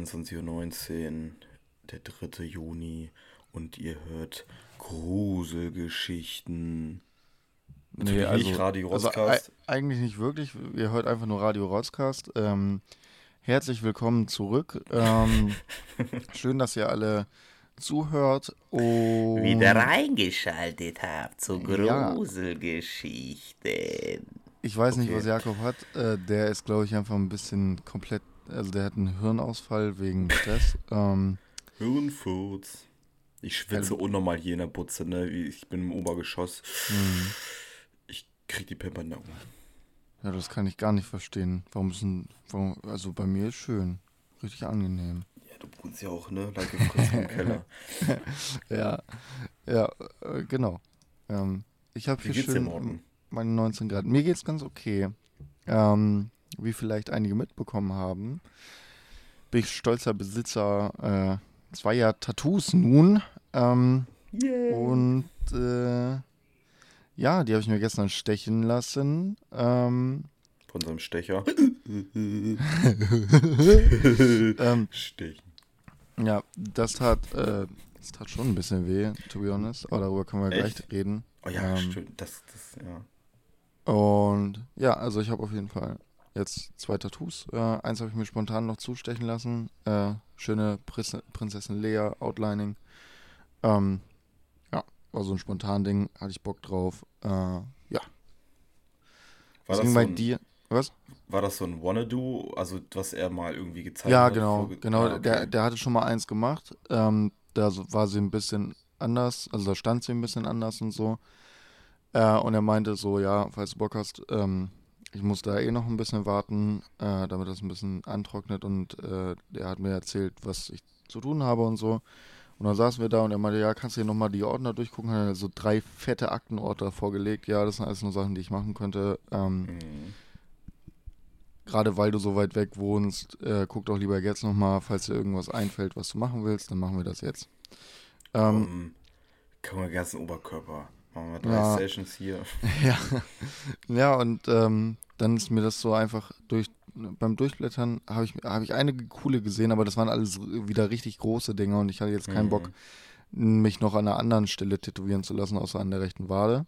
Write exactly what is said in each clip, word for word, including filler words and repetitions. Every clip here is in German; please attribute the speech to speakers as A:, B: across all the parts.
A: zweiundzwanzig Uhr neunzehn, der dritte Juni und ihr hört Gruselgeschichten.
B: Nee,
A: Natürlich nicht
B: also,
A: Radio
B: also ei-
A: Rotzcast.
B: eigentlich nicht wirklich. Ihr hört einfach nur Radio Rotzcast. Ähm, herzlich willkommen zurück. Ähm, schön, dass ihr alle zuhört.
A: Wieder
B: Und
A: reingeschaltet habt zu
B: ja,
A: Gruselgeschichten.
B: ich weiß nicht, was
A: Okay.
B: Jakob hat. Äh, der ist, glaube ich, einfach ein bisschen komplett. Also, der hat einen Hirnausfall wegen Stress. Ähm,
A: Hirnfurz. Ich
B: ja,
A: schwitze unnormal hier in der Butze, ne? Ich bin im Obergeschoss.
B: hm,
A: Ich krieg die Pimpernacken.
B: ja, das kann ich gar nicht verstehen. Warum ist denn. Warum, also, bei mir ist schön. Richtig angenehm.
A: Ja, du wohnst ja auch, ne? Like Fritz im Keller.
B: Ja, ja, äh, genau. Ähm, ich habe
A: Wie
B: hier
A: geht's dir,
B: schön ähm,
A: Morten?
B: meine neunzehn Grad. Mir geht's ganz okay. Ähm, wie vielleicht einige mitbekommen haben, bin ich stolzer Besitzer äh, zweier Tattoos nun. Ähm,
A: Yay!
B: und äh, ja, die habe ich mir gestern stechen lassen. Ähm,
A: Von seinem Stecher.
B: ähm,
A: Stechen.
B: ja, das tat, äh, das tat schon ein bisschen weh, to be honest. Aber darüber können wir gleich
A: Echt?
B: reden.
A: Oh ja,
B: Ähm,
A: stimmt. Das, das, ja.
B: Und ja, also ich habe auf jeden Fall jetzt zwei Tattoos. Äh, eins habe ich mir spontan noch zustechen lassen. Äh, schöne Pris Prinzessin Leia Outlining. Ähm, ja, war so ein spontan Ding, hatte ich Bock drauf. Äh, ja,
A: War
B: was
A: das
B: ging
A: so
B: bei
A: ein,
B: dir? Was?
A: war das so ein Wanna-Do, also was er mal irgendwie gezeichnet
B: Ja,
A: hat?
B: genau,
A: Vorge
B: genau.
A: ah,
B: Der,
A: okay.
B: der hatte schon mal eins gemacht. Ähm, da so- war sie ein bisschen anders, also da stand sie ein bisschen anders und so. Äh, und er meinte so, ja, falls du Bock hast, ähm, ich muss da eh noch ein bisschen warten, äh, damit das ein bisschen antrocknet. Und äh, er hat mir erzählt, was ich zu tun habe und so. Und dann saßen wir da und er meinte, ja, kannst du hier nochmal die Ordner durchgucken? Hat er so drei fette Aktenordner vorgelegt. Ja, das sind alles nur Sachen, die ich machen könnte. Ähm,
A: Hm.
B: Gerade weil du so weit weg wohnst, äh, guck doch lieber jetzt nochmal, falls dir irgendwas einfällt, was du machen willst, dann machen wir das jetzt. Ähm,
A: Komm, komm mal ganzen Oberkörper. Machen wir drei
B: ja,
A: Sessions hier.
B: ja, ja, und ähm, dann ist mir das so einfach durch, beim Durchblättern habe ich, habe ich einige coole gesehen, aber das waren alles wieder richtig große Dinge und ich hatte jetzt keinen Bock,
A: Hm.
B: mich noch an einer anderen Stelle tätowieren zu lassen, außer an der rechten Wade.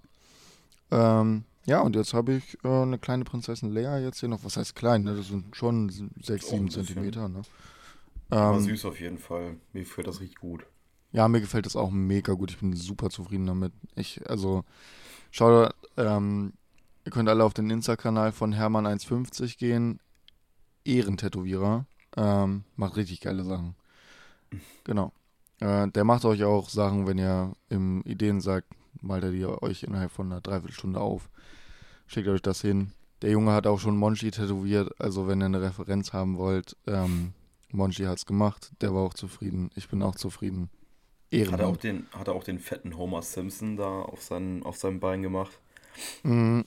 B: Ähm, ja, und jetzt habe ich äh, eine kleine Prinzessin Leia jetzt hier noch, was heißt klein, ne? Das sind schon sechs,
A: Auch
B: sieben
A: ein bisschen.
B: Zentimeter, ne?
A: Aber
B: Ähm,
A: süß auf jeden Fall. Mir gefällt das richtig gut.
B: ja, mir gefällt das auch mega gut, ich bin super zufrieden damit. Ich, also, schau, ähm, ihr könnt alle auf den Insta-Kanal von Hermann eins fünfzig gehen. Ehrentätowierer. Ähm, macht richtig geile Sachen. Genau. Äh, der macht euch auch Sachen, wenn ihr im Ideen sagt, malt er die euch innerhalb von einer Dreiviertelstunde auf. Schickt euch das hin. Der Junge hat auch schon Monchi tätowiert, also wenn ihr eine Referenz haben wollt, ähm, Monchi hat's gemacht, der war auch zufrieden. Ich bin auch zufrieden.
A: Hat er auch
B: Ehrenmann.
A: den, hat er auch den fetten Homer Simpson da auf, seinen, auf seinem Bein gemacht?
B: Mm,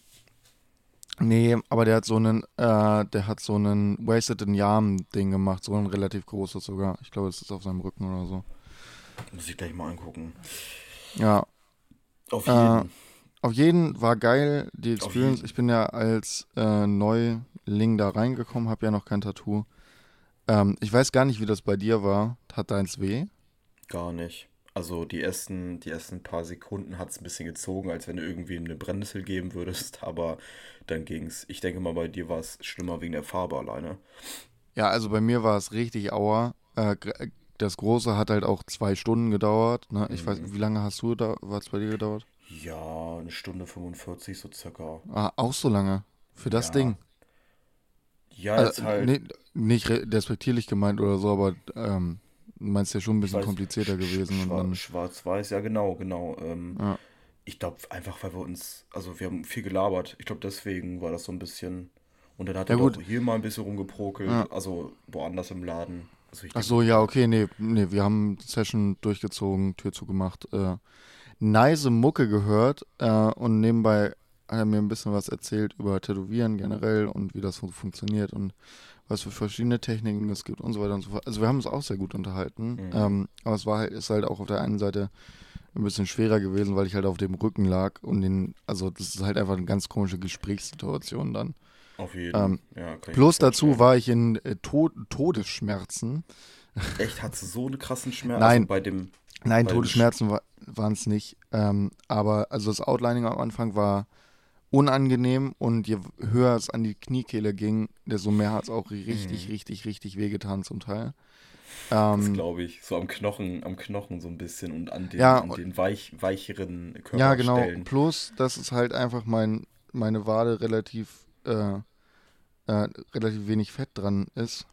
B: nee, aber der hat so einen, äh, der hat so einen Wasted in Yarn Ding gemacht, so ein relativ großes sogar. Ich glaube, es ist auf seinem Rücken oder so.
A: Muss ich gleich mal angucken.
B: Ja,
A: Auf
B: äh,
A: jeden.
B: auf jeden war geil, die
A: Auf
B: Experience. Ich
A: jeden.
B: bin ja als äh, Neuling da reingekommen, habe ja noch kein Tattoo. Ähm, ich weiß gar nicht, wie das bei dir war. Hat deins weh?
A: Gar nicht. Also die ersten, die ersten paar Sekunden hat es ein bisschen gezogen, als wenn du irgendwie eine Brennnessel geben würdest, aber dann ging's. Ich denke mal, bei dir war es schlimmer wegen der Farbe alleine.
B: Ja, also bei mir war es richtig Aua. Äh, gr- das Große hat halt auch zwei Stunden gedauert. Ne? Ich weiß,
A: Mhm.
B: wie lange hast du da, war es bei dir gedauert?
A: Ja, eine Stunde fünfundvierzig so circa.
B: Ah, auch so lange. Für das
A: Ja.
B: Ding.
A: Ja,
B: Also,
A: jetzt halt,
B: nee, nicht re- despektierlich gemeint oder so, aber ähm, du meinst ja schon ein
A: ich
B: bisschen
A: weiß,
B: komplizierter
A: sch sch
B: gewesen und
A: schwa
B: dann,
A: schwarz-weiß, ja genau, genau. Ähm,
B: ja.
A: ich glaube einfach, weil wir uns, also wir haben viel gelabert. Ich glaube, deswegen war das so ein bisschen. Und dann hat
B: Ja
A: er
B: gut,
A: doch hier mal ein bisschen
B: ja.
A: rumgeprokelt, also woanders im Laden. Also ich
B: Ach
A: denke
B: so,
A: mal,
B: ja,
A: wir.
B: okay, nee, nee, wir haben Session durchgezogen, Tür zugemacht, äh, nice Mucke gehört äh, und nebenbei hat er mir ein bisschen was erzählt über Tätowieren generell und wie das so funktioniert und was für verschiedene Techniken es gibt und so weiter und so fort. Also wir haben uns auch sehr gut unterhalten,
A: Mhm.
B: ähm, aber es war halt, ist halt auch auf der einen Seite ein bisschen schwerer gewesen, weil ich halt auf dem Rücken lag und den, also das ist halt einfach eine ganz komische Gesprächssituation dann.
A: Auf jeden.
B: Ähm,
A: Ja, kann ich mir
B: plus dazu
A: vorstellen.
B: war ich in äh, Tod Todesschmerzen,
A: Echt, hat sie so einen krassen Schmerz? Also
B: Nein,
A: bei dem,
B: nein,
A: bei dem, Sch-
B: Todesschmerzen wa waren es nicht. Ähm, aber also das Outlining am Anfang war unangenehm und je höher es an die Kniekehle ging, desto mehr hat es auch richtig,
A: Mhm.
B: richtig, richtig wehgetan zum Teil.
A: Das
B: Ähm,
A: glaube ich, so am Knochen, am Knochen so ein bisschen und an den,
B: ja,
A: an den weich, weicheren
B: ja, genau.
A: Körperstellen.
B: Plus, dass es halt einfach mein, meine Wade relativ, äh, äh, relativ wenig Fett dran ist.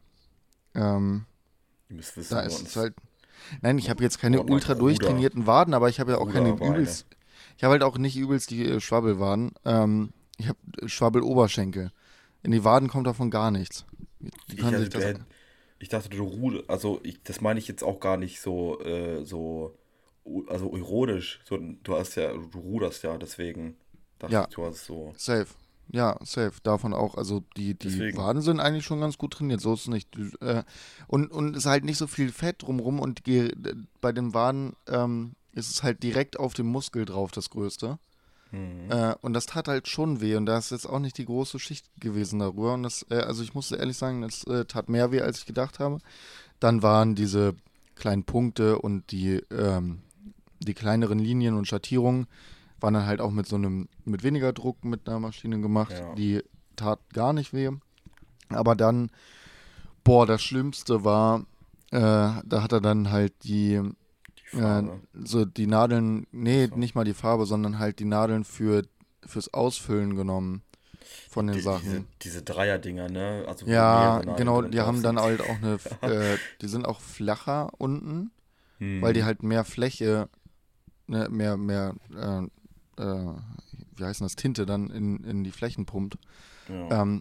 B: Ähm,
A: Ihr müsst
B: Da
A: wissen, bei
B: ist es
A: uns,
B: halt. Nein, ich
A: bei
B: habe jetzt keine
A: Norden
B: ultra
A: einfach Ruder,
B: durchtrainierten Waden, aber ich habe ja auch keine
A: Ruderbeine.
B: übelst. Ich habe halt auch nicht übelst die äh, Schwabbelwaden. Ähm, ich habe Schwabbeloberschenkel. In die Waden kommt davon gar nichts. Die
A: Ich
B: können
A: hatte,
B: sich
A: du
B: das.
A: hätt, ich dachte, du ruder, also ich, das meine ich jetzt auch gar nicht so, äh, so, u- also ironisch. So, du hast ja, du ruderst ja, deswegen dachte
B: Ja,
A: ich, du hast so,
B: safe. Ja, safe. Davon auch. Also die, die
A: deswegen.
B: Waden sind eigentlich schon ganz gut trainiert. So ist es nicht. Du, Äh, und, und es ist halt nicht so viel Fett drumrum und die, bei den Waden ähm, ist es halt direkt auf dem Muskel drauf, das Größte.
A: Mhm.
B: Äh, und das tat halt schon weh und da ist jetzt auch nicht die große Schicht gewesen darüber. Und das, äh, also ich musste ehrlich sagen, das äh, tat mehr weh, als ich gedacht habe. Dann waren diese kleinen Punkte und die, ähm, die kleineren Linien und Schattierungen waren dann halt auch mit so einem, mit weniger Druck mit einer Maschine gemacht.
A: Ja,
B: Die tat gar nicht weh. Aber dann, boah, das Schlimmste war, äh, da hat er dann halt die,
A: die
B: äh,
A: Farbe.
B: so die Nadeln, nee,
A: Achso.
B: nicht mal die Farbe, sondern halt die Nadeln für, fürs Ausfüllen genommen von den
A: Die, diese,
B: Sachen.
A: diese Dreier-Dinger, ne? Also wo du
B: Ja,
A: mehrere Nadeln
B: genau,
A: drin
B: die
A: drauf
B: haben dann
A: sind.
B: halt auch eine, f- äh, die sind auch flacher unten, weil die
A: Hm.
B: halt mehr Fläche, ne, mehr, mehr, äh, äh, wie heißt das, Tinte dann in, in die Flächen pumpt.
A: Ja.
B: Ähm,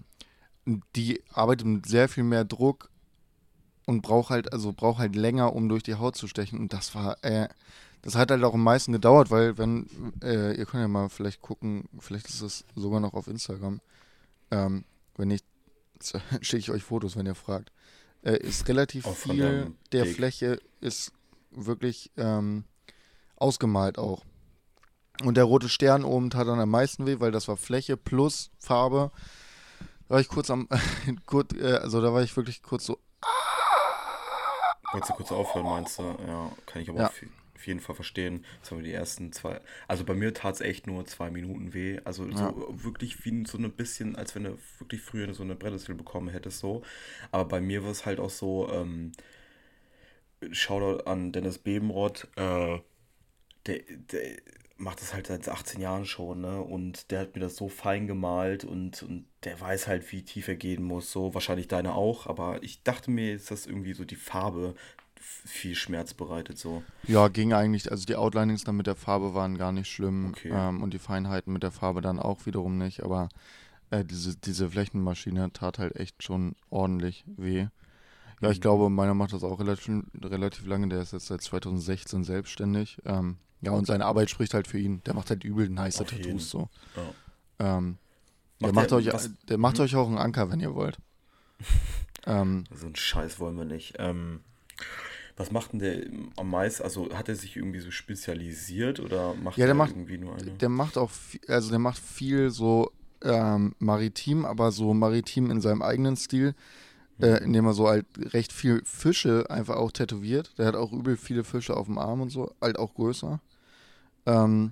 B: Die arbeitet mit sehr viel mehr Druck und braucht halt, also braucht halt länger, um durch die Haut zu stechen. Und das war, äh, das hat halt auch am meisten gedauert, weil wenn, äh, ihr könnt ja mal vielleicht gucken, vielleicht ist es sogar noch auf Instagram. Ähm, wenn nicht, schicke ich euch Fotos, wenn ihr fragt. Äh, ist relativ
A: Auch von
B: viel
A: deinem
B: der
A: Dick.
B: Fläche ist wirklich ähm, ausgemalt auch. Und der rote Stern oben tat dann am meisten weh, weil das war Fläche plus Farbe. Da war ich kurz am, kurz, äh, also da war ich wirklich kurz so,
A: Wolltest du kurz aufhören, meinst du? Ja, kann ich aber
B: ja,
A: auf, auf jeden Fall verstehen. Das waren die ersten zwei. Also bei mir tat es echt nur zwei Minuten weh. Also
B: ja,
A: so wirklich wie so ein bisschen, als wenn du wirklich früher so eine Brennnessel bekommen hättest, so. Aber bei mir war es halt auch so, ähm, Shoutout an Dennis Bebenrod, äh, der, der macht das halt seit achtzehn Jahren schon, ne? Und der hat mir das so fein gemalt und, und der weiß halt, wie tief er gehen muss. So, wahrscheinlich deine auch, aber ich dachte mir, ist das irgendwie so die Farbe f- viel Schmerz bereitet, so.
B: ja, ging eigentlich, also die Outlinings dann mit der Farbe waren gar nicht schlimm
A: Okay.
B: ähm, und die Feinheiten mit der Farbe dann auch wiederum nicht, aber äh, diese, diese Flächenmaschine tat halt echt schon ordentlich weh. Ja, ich
A: Mhm.
B: glaube, meiner macht das auch relativ, relativ lange, der ist jetzt seit zwanzig sechzehn selbstständig. Ähm, ja, und seine Arbeit spricht halt für ihn. Der macht halt übel nice
A: Auf
B: Tattoos
A: jeden.
B: so.
A: Ja.
B: Ähm, der
A: Macht der,
B: macht euch,
A: was,
B: der macht
A: mhm.
B: euch auch einen Anker, wenn ihr wollt. Ähm,
A: So einen Scheiß wollen wir nicht. Ähm, was macht denn der am meisten? Also hat er sich irgendwie so spezialisiert oder
B: ja,
A: macht
B: der
A: er
B: macht,
A: irgendwie nur eine?
B: der macht auch, viel, also der macht viel so ähm, maritim, aber so maritim in seinem eigenen Stil, äh,
A: Mhm.
B: indem er so halt recht viel Fische einfach auch tätowiert. Der hat auch übel viele Fische auf dem Arm und so, halt auch größer. Ähm,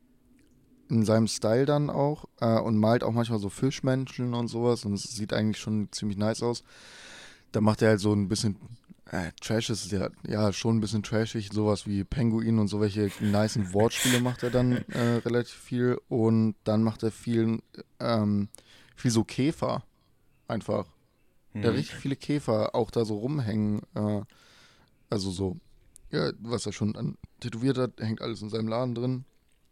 B: in seinem Style dann auch äh, und malt auch manchmal so Fischmenschen und sowas und es sieht eigentlich schon ziemlich nice aus. Da macht er halt so ein bisschen äh, Trash ist ja, ja schon ein bisschen trashig, sowas wie Penguin und so welche nicen Wortspiele macht er dann äh, relativ viel und dann macht er viel, ähm, viel so Käfer einfach. Der hat
A: Mhm.
B: richtig viele Käfer auch da so rumhängen, äh, also so, ja, was er schon an tätowiert hat, hängt alles in seinem Laden drin.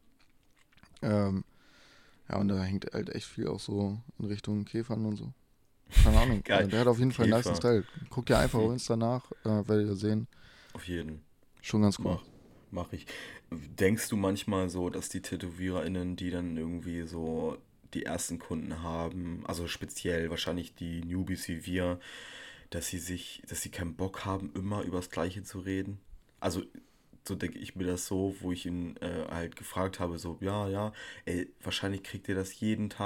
B: Ähm, Ja, und da hängt halt echt viel auch so in Richtung Käfern und so. Keine Ahnung.
A: Geil.
B: Äh, der hat auf jeden Fall einen nicen
A: Käfer.
B: Style. Guckt ja einfach auf Insta nach, äh, werdet ihr sehen.
A: Auf jeden.
B: Schon ganz cool.
A: Mach, mach ich. Denkst du manchmal so, dass die TätowiererInnen, die dann irgendwie so die ersten Kunden haben, also speziell wahrscheinlich die Newbies wie wir, dass sie sich, dass sie keinen Bock haben, immer über das Gleiche zu reden? Also, so denke ich mir das so, wo ich ihn äh, halt gefragt habe, so, ja, ja, ey, wahrscheinlich kriegt ihr das jeden Tag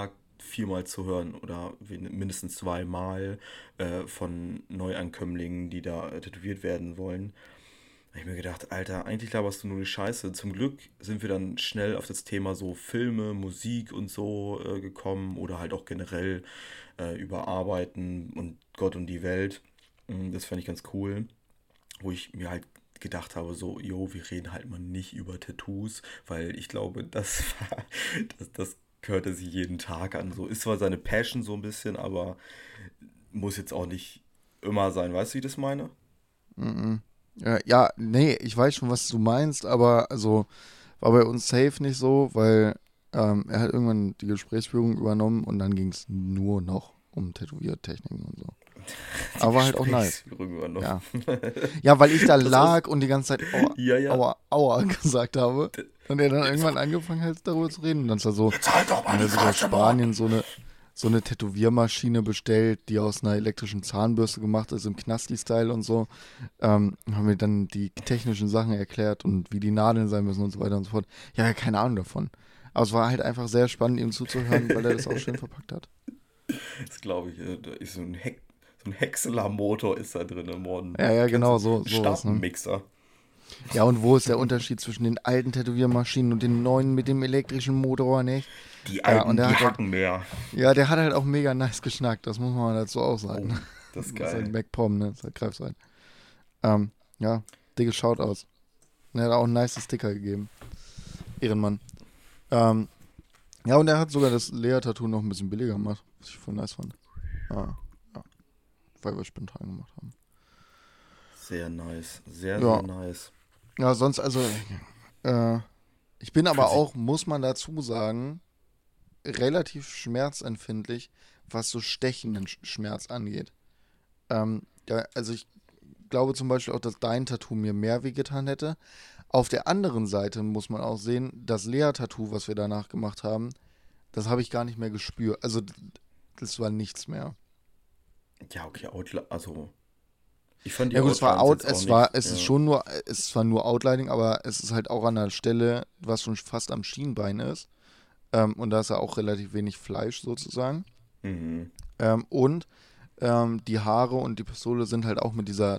A: viermal zu hören oder wen- mindestens zweimal äh, von Neuankömmlingen, die da äh, tätowiert werden wollen. Da habe ich mir gedacht, Alter, eigentlich laberst du nur die Scheiße. Zum Glück sind wir dann schnell auf das Thema so Filme, Musik und so äh, gekommen oder halt auch generell äh, über Arbeiten und Gott und die Welt. Mm, Das fand ich ganz cool, wo ich mir halt gedacht habe, so, jo, wir reden halt mal nicht über Tattoos, weil ich glaube, das, war- das, das hörte sich jeden Tag an. So ist zwar seine Passion so ein bisschen, aber muss jetzt auch nicht immer sein. Weißt du, wie ich das meine?
B: Mhm. Ja, ja, nee, ich weiß schon, was du meinst, aber also war bei uns safe nicht so, weil ähm, er hat irgendwann die Gesprächsführung übernommen und dann ging es nur noch um Tätowiertechniken und so.
A: Die
B: Aber war halt auch nice.
A: Gesprächsführung übernommen.
B: Ja. Ja, weil ich da
A: Das war,
B: lag und die ganze Zeit Aua,
A: ja, ja.
B: Aua, Aua gesagt habe.
A: D-
B: Und er dann
A: Jetzt,
B: irgendwann angefangen hat, darüber zu reden. Und dann ist er so,
A: jetzt halt doch mal
B: dann hat
A: die
B: er sich aus
A: Fresse, Mann!
B: Spanien so eine, so eine Tätowiermaschine bestellt, die aus einer elektrischen Zahnbürste gemacht ist, im Knasti-Style und so. Ähm, haben mir dann die technischen Sachen erklärt und wie die Nadeln sein müssen und so weiter und so fort. Ja, keine Ahnung davon. Aber es war halt einfach sehr spannend, ihm zuzuhören, weil er das auch schön verpackt hat.
A: Das glaube ich, äh, da ist so ein Heck, so ein Häcksler-Motor ist da drin im Norden.
B: Ja, ja,
A: Kennst du?
B: genau, so,
A: Ein
B: sowas, ne?
A: Stapelmixer.
B: Ja, und wo ist der Unterschied zwischen den alten Tätowiermaschinen und den neuen mit dem elektrischen Motor, nicht?
A: Die
B: Ja, und
A: alten,
B: der
A: die
B: hat halt,
A: hacken mehr.
B: ja, der hat halt auch mega nice geschnackt, das muss man dazu auch
A: Oh,
B: sagen.
A: das ist
B: Das ist halt
A: geil.
B: MacPom, ne? Das ist halt Greifswald. Ähm, ja, dicke Shoutouts. Und er hat auch einen nice Sticker gegeben. Ehrenmann. Ähm, ja, und er hat sogar das Lea-Tattoo noch ein bisschen billiger gemacht, was ich voll nice fand. Ja, ja, weil wir spontan gemacht haben.
A: Sehr nice. Sehr, sehr
B: Ja,
A: nice.
B: ja, sonst also, äh, ich bin aber
A: Fühlt sich.
B: auch, muss man dazu sagen, relativ schmerzempfindlich, was so stechenden Sch- Schmerz angeht. Ähm, ja, also ich glaube zum Beispiel auch, dass dein Tattoo mir mehr wehgetan hätte. Auf der anderen Seite muss man auch sehen, das Lea-Tattoo, was wir danach gemacht haben, das habe ich gar nicht mehr gespürt. Also d- das war nichts mehr.
A: Ja, okay, Outline. Also, ich fand die
B: Ja gut, es war
A: Outlines
B: out,
A: jetzt auch
B: es war,
A: nicht.
B: es ist
A: Ja.
B: schon nur, es ist zwar nur Outlining, aber es ist halt auch an der Stelle, was schon fast am Schienbein ist. Ähm, und da ist ja auch relativ wenig Fleisch sozusagen.
A: Mhm.
B: Ähm, und ähm, die Haare und die Pistole sind halt auch mit dieser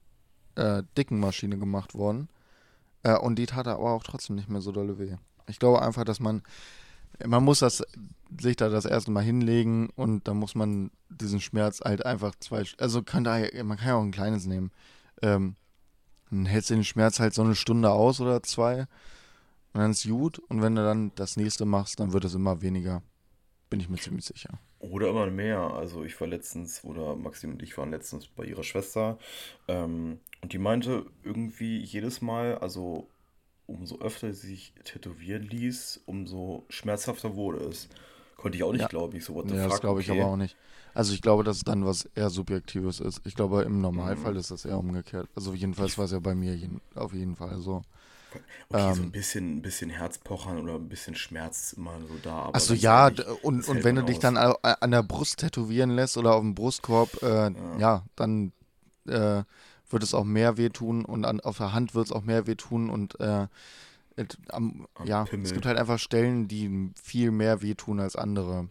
B: äh, dicken Maschine gemacht worden. Äh, und die tat aber auch trotzdem nicht mehr so dolle weh. Ich glaube einfach, dass man, man muss das, sich da das erste Mal hinlegen und dann muss man diesen Schmerz halt einfach zwei, also kann da, man kann ja auch ein kleines nehmen. Ähm, dann hältst du den Schmerz halt so eine Stunde aus oder zwei und dann ist gut. Und wenn du dann das nächste machst, dann wird es immer weniger. Bin ich mir ziemlich sicher.
A: Oder immer mehr. Also ich war letztens, oder Maxim und ich waren letztens bei ihrer Schwester. Ähm, und die meinte irgendwie jedes Mal, also umso öfter sie sich tätowieren ließ, umso schmerzhafter wurde es. Konnte ich auch nicht
B: Ja,
A: glauben. Ich so, what the
B: ja, das
A: fuck,
B: glaube ich aber
A: okay.
B: auch nicht. Also ich glaube, dass es dann was eher Subjektives ist. Ich glaube, im
A: Mhm.
B: Normalfall ist das eher umgekehrt. Also
A: Ich,
B: jedenfalls war es ja bei mir jeden, auf jeden Fall so.
A: okay, so ein
B: Ähm,
A: bisschen, ein bisschen Herzpochern oder ein bisschen Schmerz ist immer so da, aber
B: Achso,
A: ganz
B: ja, d-
A: ehrlich,
B: und,
A: das
B: und
A: hält
B: wenn
A: man
B: du dich dann
A: aus.
B: a- a- an der Brust tätowieren lässt oder auf dem Brustkorb, äh,
A: Ja,
B: ja, dann äh, wird es auch mehr wehtun und an, auf der Hand wird es auch mehr wehtun und äh, et, am,
A: am
B: ja, es
A: Pimmel.
B: gibt halt einfach Stellen, die viel mehr wehtun als andere.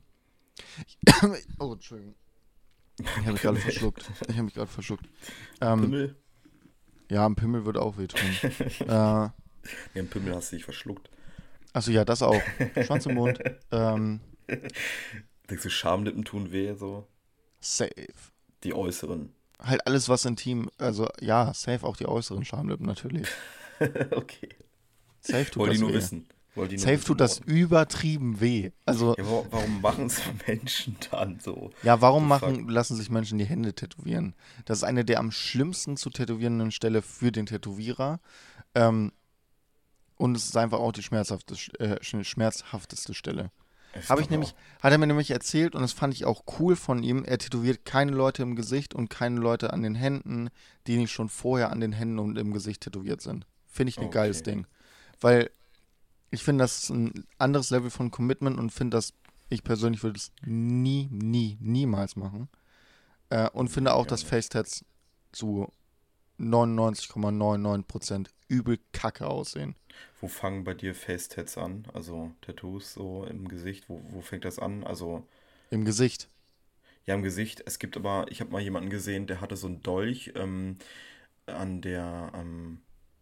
B: Oh, Entschuldigung. Ich habe mich gerade
A: Pimmel.
B: verschluckt. Ich habe mich gerade verschluckt.
A: Am
B: Ähm,
A: Pimmel?
B: ja, am Pimmel wird auch wehtun. Äh,
A: Nee, am Pimmel hast du dich verschluckt.
B: Achso, ja, das auch. Schwanz im Mund. Ähm,
A: Denkst du, Schamlippen tun weh, so?
B: safe.
A: Die äußeren.
B: Halt alles, was intim, also ja, safe auch die äußeren Schamlippen natürlich.
A: Okay.
B: Safe tut
A: Wollte ich
B: das
A: nur
B: weh.
A: wissen. Wollte ich nur
B: Safe
A: wissen,
B: tut das
A: Morden.
B: übertrieben weh. Also,
A: Ja, wa- warum machen es Menschen dann so?
B: ja,
A: What
B: warum
A: the fuck?
B: machen, lassen sich Menschen die Hände tätowieren? Das ist eine der am schlimmsten zu tätowierenden Stelle für den Tätowierer. Ähm, und es ist einfach auch die schmerzhafteste, äh, sch- schmerzhafteste Stelle.
A: Ich
B: Habe ich
A: glaube
B: nämlich,
A: auch.
B: hat er mir nämlich erzählt und das fand ich auch cool von ihm. Er tätowiert keine Leute im Gesicht und keine Leute an den Händen, die nicht schon vorher an den Händen und im Gesicht tätowiert sind. Finde ich ein geiles
A: Okay.
B: Ding. Weil ich finde, das ist ein anderes Level von Commitment und finde, dass ich persönlich würde es nie, nie, niemals machen. Äh, und finde
A: Nee,
B: auch,
A: gar
B: dass
A: nicht.
B: Facetats zu neunundneunzig Komma neunundneunzig Prozent übel kacke aussehen.
A: Wo fangen bei dir Face-Tats an? Also Tattoos so im Gesicht, wo, wo fängt das an? Also,
B: Im Gesicht.
A: ja, im Gesicht. Es gibt aber, ich habe mal jemanden gesehen, der hatte so einen Dolch ähm, an der, ähm,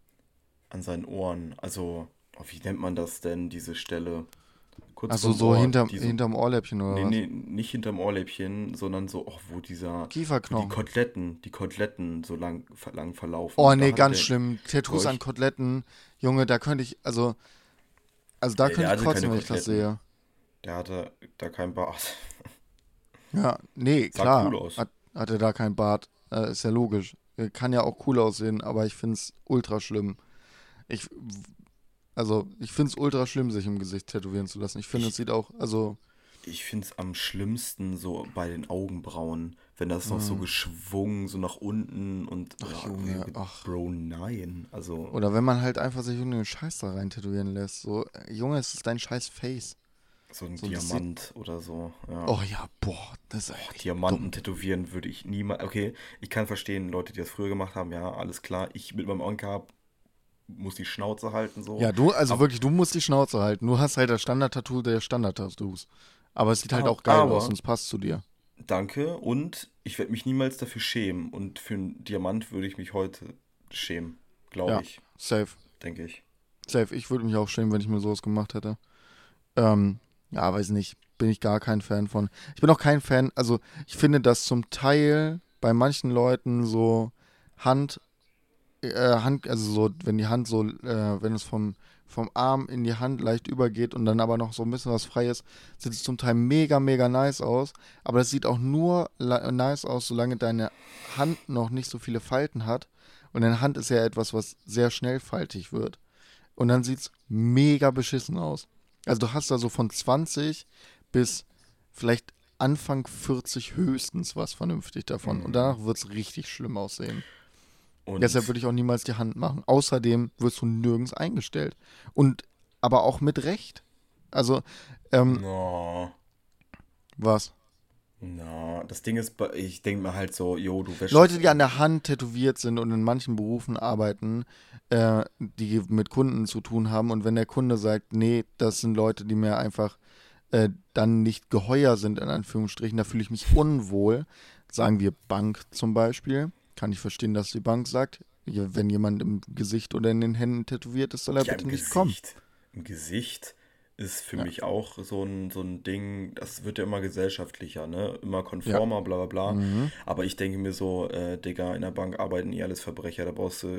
A: an seinen Ohren. Also, oh, wie nennt man das denn, diese Stelle? Kurz
B: Also
A: vorm
B: so
A: Ohr,
B: hinterm,
A: die so,
B: hinterm Ohrläppchen oder
A: nee,
B: was?
A: nee, nicht hinterm Ohrläppchen, sondern so, oh, wo dieser, wo die
B: Kieferknochen.
A: Koteletten, die Koteletten so lang, lang
B: Oh
A: verlaufen. Da
B: nee,
A: hatte
B: ganz
A: der
B: schlimm. Tattoos an
A: Dolch,
B: Koteletten. Junge, da könnte ich, also, also da
A: nee,
B: könnte
A: der
B: ich
A: hatte keine
B: kotzen, wenn ich das
A: Koteletten.
B: sehe.
A: Der hatte da keinen Bart.
B: Ja, nee,
A: Sah
B: klar.
A: cool aus.
B: Hat, hat er da kein Bart. Äh, ist ja logisch. Äh, Kann ja auch cool aussehen, aber ich find's ultra schlimm. Ich, also, ich find's ultra schlimm, sich im Gesicht tätowieren zu lassen. Ich finde, es
A: Ich,
B: sieht auch, also,
A: ich finde es am schlimmsten so bei den Augenbrauen, wenn das noch so
B: mh,
A: geschwungen, so nach unten und,
B: ach
A: oh,
B: Junge, ach.
A: Bro, nein. Also,
B: Oder wenn man halt einfach sich irgendeinen Scheiß da rein tätowieren lässt. So, äh, Junge, es ist dein scheiß Face.
A: so ein
B: So, das sieht,
A: Diamant oder so, ja.
B: oh ja, boah, das ist
A: Oh,
B: echt
A: Diamanten
B: dumm.
A: tätowieren würde ich niemals. Okay, ich kann verstehen, Leute, die das früher gemacht haben, ja, alles klar. Ich mit meinem Onkel muss die Schnauze halten, so.
B: Ja, du, also
A: Aber,
B: wirklich, du musst die Schnauze halten. Du hast halt das Standard-Tattoo der Standard-Tattoos. Aber es sieht halt
A: aber,
B: auch geil aus und
A: aber
B: es passt zu dir.
A: danke und ich werde mich niemals dafür schämen. Und für einen Diamant würde ich mich heute schämen, glaube
B: Ja,
A: ich,
B: safe.
A: denke ich.
B: Safe. Ich würde mich auch schämen, wenn ich mir sowas gemacht hätte. Ähm, ja, weiß nicht. Bin ich gar kein Fan von. Ich bin auch kein Fan, also ich finde, dass zum Teil bei manchen Leuten so Hand, äh, Hand, also so, wenn die Hand so, äh, wenn es vom, vom Arm in die Hand leicht übergeht und dann aber noch so ein bisschen was frei ist, sieht es zum Teil mega, mega nice aus. Aber das sieht auch nur la- nice aus, solange deine Hand noch nicht so viele Falten hat. Und deine Hand ist ja etwas, was sehr schnell faltig wird. Und dann sieht's mega beschissen aus. Also du hast da so von zwanzig bis vielleicht Anfang vierzig höchstens was vernünftig davon. Und
A: Mm.
B: danach wird's richtig schlimm aussehen. Deshalb
A: Und,
B: würde ich auch niemals die Hand machen. Außerdem wirst du nirgends eingestellt. Und aber auch mit Recht. Also, ähm,
A: no,
B: was?
A: no, das Ding ist, bei- ich denke mir halt so, jo, du wäschst
B: Leute,
A: das.
B: die an der Hand tätowiert sind und in manchen Berufen arbeiten, äh, die mit Kunden zu tun haben. Und wenn der Kunde sagt, nee, das sind Leute, die mir einfach äh, dann nicht geheuer sind, in Anführungsstrichen, da fühle ich mich unwohl. Sagen wir Bank zum Beispiel. Kann ich verstehen, dass die Bank sagt, ja, wenn jemand im Gesicht oder in den Händen tätowiert ist, soll er
A: Ja, im
B: bitte nicht kommen.
A: Gesicht. Im Gesicht ist für
B: Ja.
A: mich auch so ein, so ein Ding, das wird ja immer gesellschaftlicher, ne? Immer
B: Ja.
A: konformer, bla bla bla.
B: Mhm.
A: Aber ich denke mir so, äh, Digga, in der Bank arbeiten eh alles Verbrecher, da brauchst du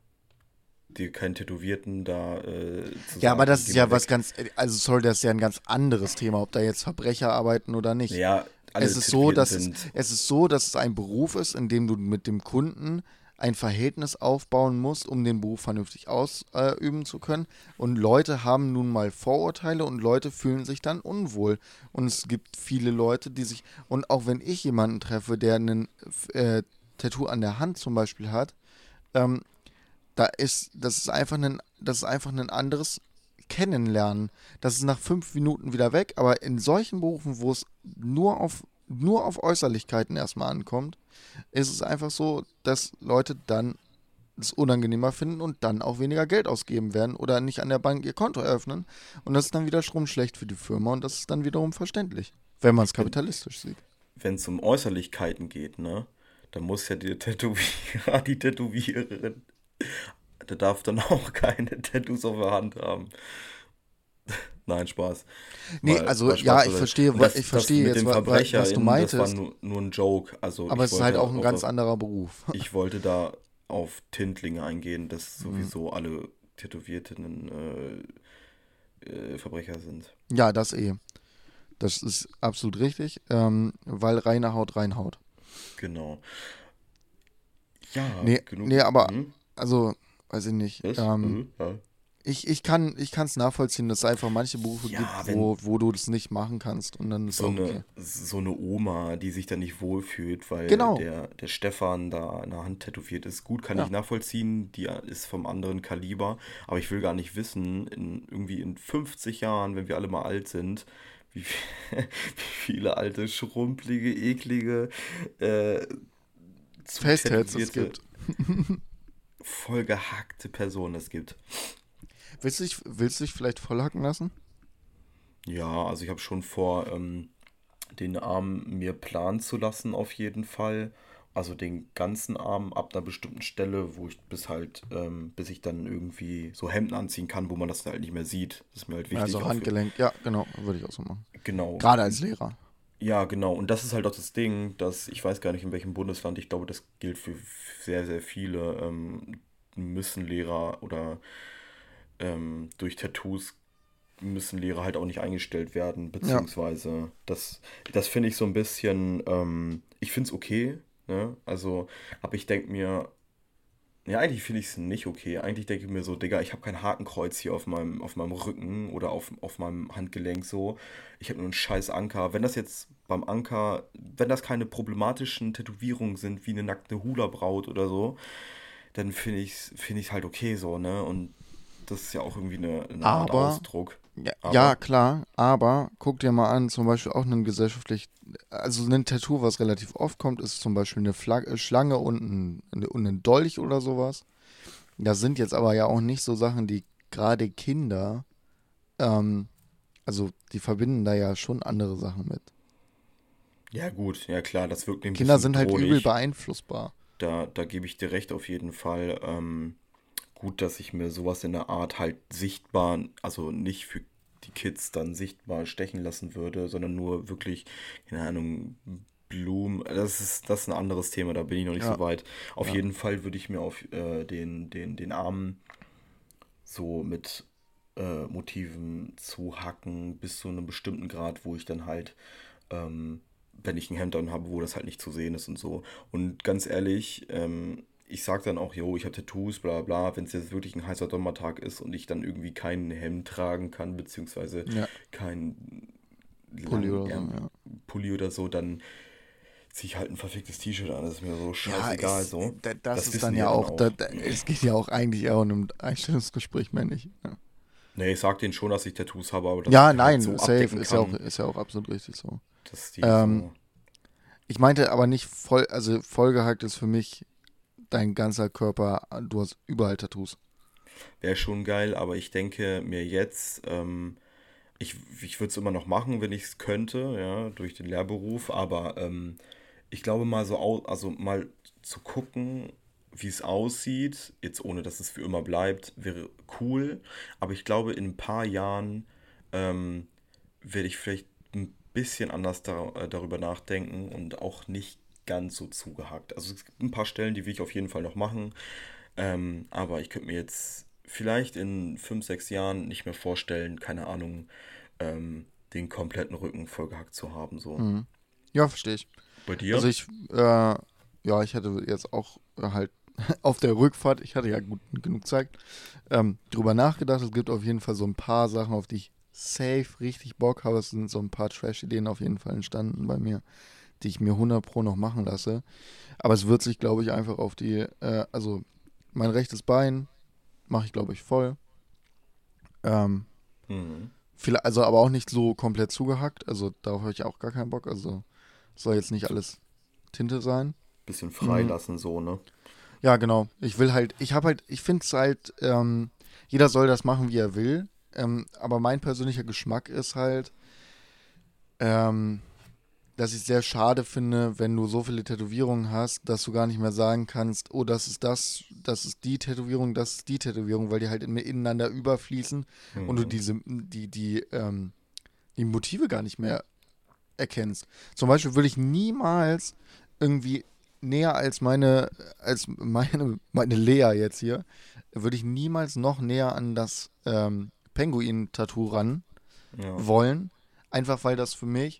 A: dir keinen Tätowierten da äh, zu
B: Ja, aber das
A: sagen,
B: ist
A: geh
B: ja
A: mal
B: was
A: weg.
B: ganz, also sorry, das ist ja ein ganz anderes Thema, ob da jetzt Verbrecher arbeiten oder nicht.
A: Naja,
B: Es
A: alle
B: ist so,
A: Tätowierten
B: dass es,
A: sind,
B: es ist so, dass es ein Beruf ist, in dem du mit dem Kunden ein Verhältnis aufbauen musst, um den Beruf vernünftig ausüben zu können. Und Leute haben nun mal Vorurteile und Leute fühlen sich dann unwohl. Und es gibt viele Leute, die sich, und auch wenn ich jemanden treffe, der ein äh, Tattoo an der Hand zum Beispiel hat, ähm, da ist, das ist einfach ein, das ist einfach ein anderes Kennenlernen. Das ist nach fünf Minuten wieder weg, aber in solchen Berufen, wo es nur auf, nur auf Äußerlichkeiten erstmal ankommt, ist es einfach so, dass Leute dann es unangenehmer finden und dann auch weniger Geld ausgeben werden oder nicht an der Bank ihr Konto eröffnen. Und das ist dann wiederum schlecht für die Firma und das ist dann wiederum verständlich, wenn man es
A: wenn
B: kapitalistisch sieht.
A: wenn es um Äußerlichkeiten geht, ne? Dann muss ja die Tätowierer, die Tätowiererin, der darf dann auch keine Tattoos auf der Hand haben. Nein, Spaß.
B: Nee,
A: Mal,
B: also
A: mal
B: ja,
A: Spaß
B: ich
A: beiseite.
B: verstehe,
A: Und
B: wa-
A: das,
B: ich
A: das
B: verstehe
A: mit
B: jetzt,
A: den
B: wa- wa- was du
A: VerbrecherInnen, das war
B: meintest,
A: nur, nur ein Joke. Also
B: aber
A: ich
B: es ist halt auch
A: wollte
B: ein
A: auf,
B: ganz anderer Beruf.
A: ich wollte da auf Tintlinge eingehen, dass
B: Mhm.
A: sowieso alle Tätowierten äh, äh, Verbrecher sind.
B: Ja, das eh. Das ist absolut richtig, ähm, weil reine Haut reinhaut.
A: Genau. Ja,
B: Nee,
A: genug.
B: nee, aber,
A: Hm?
B: also, weiß ich nicht.
A: Was?
B: Ähm,
A: Hm? Ja.
B: ich, ich kann ich es nachvollziehen, dass es einfach manche Berufe
A: Ja,
B: gibt,
A: wenn
B: wo, wo du das nicht machen kannst und dann ist
A: so
B: auch
A: eine,
B: okay.
A: so eine Oma, die sich da nicht wohlfühlt, weil
B: Genau,
A: der, der Stefan da an der Hand tätowiert ist, gut, kann ich
B: ja.
A: nachvollziehen, die ist vom anderen Kaliber, aber ich will gar nicht wissen, in, irgendwie in fünfzig Jahren, wenn wir alle mal alt sind, wie, viel, wie viele alte, schrumpelige, eklige, äh,
B: Facetats es
A: zutätowierte
B: gibt.
A: voll gehackte Person es gibt.
B: Willst du dich, willst du dich vielleicht vollhacken lassen?
A: Ja, also ich habe schon vor, ähm, den Arm mir planen zu lassen auf jeden Fall. Also den ganzen Arm ab einer bestimmten Stelle, wo ich bis halt, ähm, bis ich dann irgendwie so Hemden anziehen kann, wo man das halt nicht mehr sieht. Das ist mir halt wichtig.
B: Also
A: Auch für,
B: Handgelenk, ja, genau, würde ich auch so machen.
A: genau.
B: Gerade als Lehrer.
A: Ja, genau. Und das ist halt auch das Ding, dass ich weiß gar nicht in welchem Bundesland, ich glaube, das gilt für sehr, sehr viele, ähm, müssen Lehrer oder ähm, durch Tattoos müssen Lehrer halt auch nicht eingestellt werden,
B: Ja,
A: beziehungsweise das, das finde ich so ein bisschen, ähm, ich finde es okay, ne? Also, aber ich denke mir, ja, eigentlich finde ich es nicht okay. Eigentlich denke ich mir so, Digga, ich habe kein Hakenkreuz hier auf meinem, auf meinem Rücken oder auf, auf meinem Handgelenk so. Ich habe nur einen scheiß Anker. Wenn das jetzt beim Anker, wenn das keine problematischen Tätowierungen sind, wie eine nackte Hula-Braut oder so, dann finde ich es finde ich's halt okay so, ne? Und das ist ja auch irgendwie eine, eine Art
B: aber,
A: Ausdruck.
B: ja, ja,
A: Aber,
B: klar, aber guck dir mal an, zum Beispiel auch ein gesellschaftlich, also ein Tattoo, was relativ oft kommt, ist zum Beispiel eine Flag äh, Schlange und ein, und ein Dolch oder sowas. Das sind jetzt aber ja auch nicht so Sachen, die gerade Kinder, ähm, also die verbinden da ja schon andere Sachen mit.
A: ja gut, ja klar, das wirkt ein
B: Kinder
A: bisschen
B: sind halt übel
A: bedrohlich.
B: beeinflussbar.
A: Da, da gebe ich dir recht auf jeden Fall. Ähm, gut, dass ich mir sowas in der Art halt sichtbar, also nicht für die Kids dann sichtbar stechen lassen würde, sondern nur wirklich, keine Ahnung, Blumen. Das ist, das ist ein anderes Thema, da bin ich noch nicht
B: Ja,
A: so weit. Auf
B: ja.
A: jeden Fall würde ich mir auf äh, den, den, den Arm so mit äh, Motiven zuhacken, bis zu einem bestimmten Grad, wo ich dann halt, ähm, wenn ich ein Hemd an habe, wo das halt nicht zu sehen ist und so. Und ganz ehrlich, ähm, ich sag dann auch, jo, ich habe Tattoos, bla bla, wenn es jetzt wirklich ein heißer Sommertag ist und ich dann irgendwie kein Hemd tragen kann, beziehungsweise
B: Ja,
A: kein
B: Pulli
A: langen
B: oder so,
A: Ärm-
B: ja.
A: Pulli oder so, dann ziehe ich halt ein verficktes T-Shirt an, das ist mir so
B: Ja,
A: scheißegal
B: ist,
A: so.
B: da- das
A: Das
B: ist
A: wissen
B: dann
A: die
B: ja
A: ja dann
B: auch, da,
A: auch.
B: da, es geht ja auch eigentlich eher um ein Einstellungsgespräch, mehr nicht. Ja,
A: Nee, ich sag denen schon, dass ich Tattoos habe, aber dass ich
B: ja
A: die halt
B: nein,
A: so
B: safe,
A: abdecken
B: ist ja auch,
A: kann,
B: ist ja auch absolut richtig so.
A: dass die
B: Ähm,
A: so.
B: ich meinte aber nicht voll, also vollgehackt ist für mich dein ganzer Körper, du hast überall Tattoos.
A: Wäre schon geil, aber ich denke mir jetzt, ähm, ich, ich würde es immer noch machen, wenn ich es könnte, ja, durch den Lehrberuf, aber ähm, ich glaube mal so, au also mal zu gucken, wie es aussieht, jetzt ohne dass es für immer bleibt, wäre cool, aber ich glaube, in ein paar Jahren ähm, werde ich vielleicht ein bisschen anders da, äh, darüber nachdenken und auch nicht ganz so zugehackt. Also es gibt ein paar Stellen, die will ich auf jeden Fall noch machen, ähm, aber ich könnte mir jetzt vielleicht in fünf, sechs Jahren nicht mehr vorstellen, keine Ahnung, ähm, den kompletten Rücken vollgehackt zu haben. So.
B: Mhm. Ja, verstehe ich.
A: Bei
B: Also
A: dir?
B: ich, äh, ja, ich hatte jetzt auch äh, halt auf der Rückfahrt, ich hatte ja gut genug Zeit, ähm, drüber nachgedacht. Es gibt auf jeden Fall so ein paar Sachen, auf die ich safe richtig Bock habe. Es sind so ein paar Trash-Ideen auf jeden Fall entstanden bei mir, die ich mir hundert Pro noch machen lasse. Aber es wird sich, glaube ich, einfach auf die, äh, also mein rechtes Bein mache ich, glaube ich, voll. Ähm,
A: Mhm.
B: viel, also aber auch nicht so komplett zugehackt. Also darauf habe ich auch gar keinen Bock. Also soll jetzt nicht
A: So
B: alles Tinte sein.
A: bisschen
B: Mhm.
A: freilassen, so, ne?
B: Ja, genau. Ich will halt, ich habe halt, ich finde es halt, ähm, jeder soll das machen, wie er will. Ähm, aber mein persönlicher Geschmack ist halt, ähm, dass ich es sehr schade finde, wenn du so viele Tätowierungen hast, dass du gar nicht mehr sagen kannst, oh, das ist das, das ist die Tätowierung, das ist die Tätowierung, weil die halt in, ineinander überfließen und du
A: Mhm.
B: diese, die, die, ähm, die Motive gar nicht mehr erkennst. Zum Beispiel würde ich niemals irgendwie näher als meine, als meine, meine Lea jetzt hier, würde ich niemals noch näher an das ähm, Penguin-Tattoo ran
A: Ja.
B: wollen. Einfach weil das für mich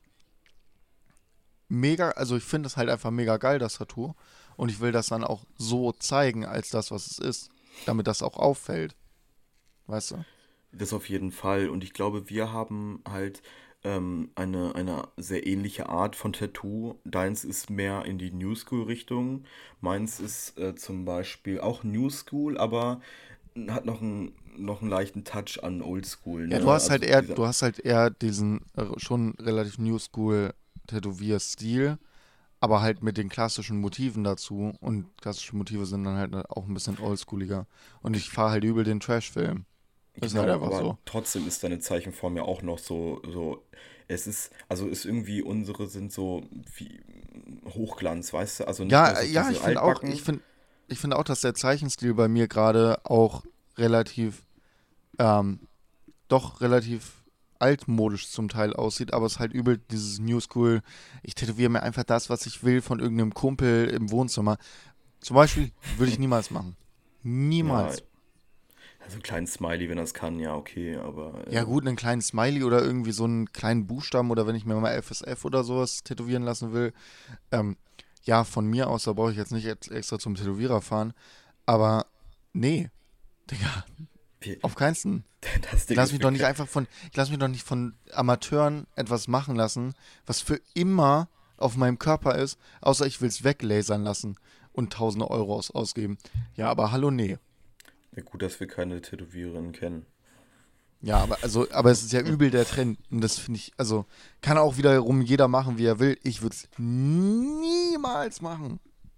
B: mega, also ich finde es halt einfach mega geil, das Tattoo. Und ich will das dann auch so zeigen, als das, was es ist. Damit das auch auffällt. Weißt du?
A: Das auf jeden Fall. Und ich glaube, wir haben halt ähm, eine, eine sehr ähnliche Art von Tattoo. Deins ist mehr in die New School-Richtung. Meins ist äh, zum Beispiel auch New School, aber hat noch einen, noch einen leichten Touch an Old School,
B: Ja, du
A: ne?
B: hast halt
A: Also
B: eher,
A: dieser.
B: du hast halt eher diesen äh, schon relativ New School Tätowierstil, aber halt mit den klassischen Motiven dazu. Und klassische Motive sind dann halt auch ein bisschen oldschooliger. Und ich fahre halt übel den Trash-Film. Das ist halt
A: Genau,
B: einfach
A: aber
B: so.
A: trotzdem ist deine Zeichenform ja auch noch so, so, es ist, also ist irgendwie, unsere sind so wie Hochglanz, weißt du? Also nicht mehr
B: Ja,
A: so
B: ja, ich
A: diese
B: finde auch, ich
A: altbacken.
B: finde, ich finde auch, dass der Zeichenstil bei mir gerade auch relativ, ähm, doch relativ altmodisch zum Teil aussieht, aber es ist halt übel dieses New School. Ich tätowiere mir einfach das, was ich will, von irgendeinem Kumpel im Wohnzimmer. Zum Beispiel würde ich niemals machen.
A: Ja,
B: Niemals.
A: also einen kleinen Smiley, wenn das kann, ja, okay, aber
B: Ja
A: äh,
B: gut, einen kleinen Smiley oder irgendwie so einen kleinen Buchstaben oder wenn ich mir mal F S F oder sowas tätowieren lassen will. Ähm, ja, von mir aus, da brauche ich jetzt nicht ex- extra zum Tätowierer fahren. Aber nee, Digga,
A: wir,
B: auf keinsten.
A: das
B: Ich
A: Ding
B: lasse
A: ist,
B: mich
A: wir
B: doch nicht
A: können,
B: einfach von, ich lasse mich doch nicht von Amateuren etwas machen lassen, was für immer auf meinem Körper ist, außer ich will es weglasern lassen und tausende Euro aus, ausgeben. Ja, aber hallo, nee.
A: ja, gut, dass wir keine Tätowiererin kennen.
B: Ja, aber also, aber es ist ja übel der Trend. Und das finde ich, also, kann auch wiederum jeder machen, wie er will. Ich würde es niemals machen.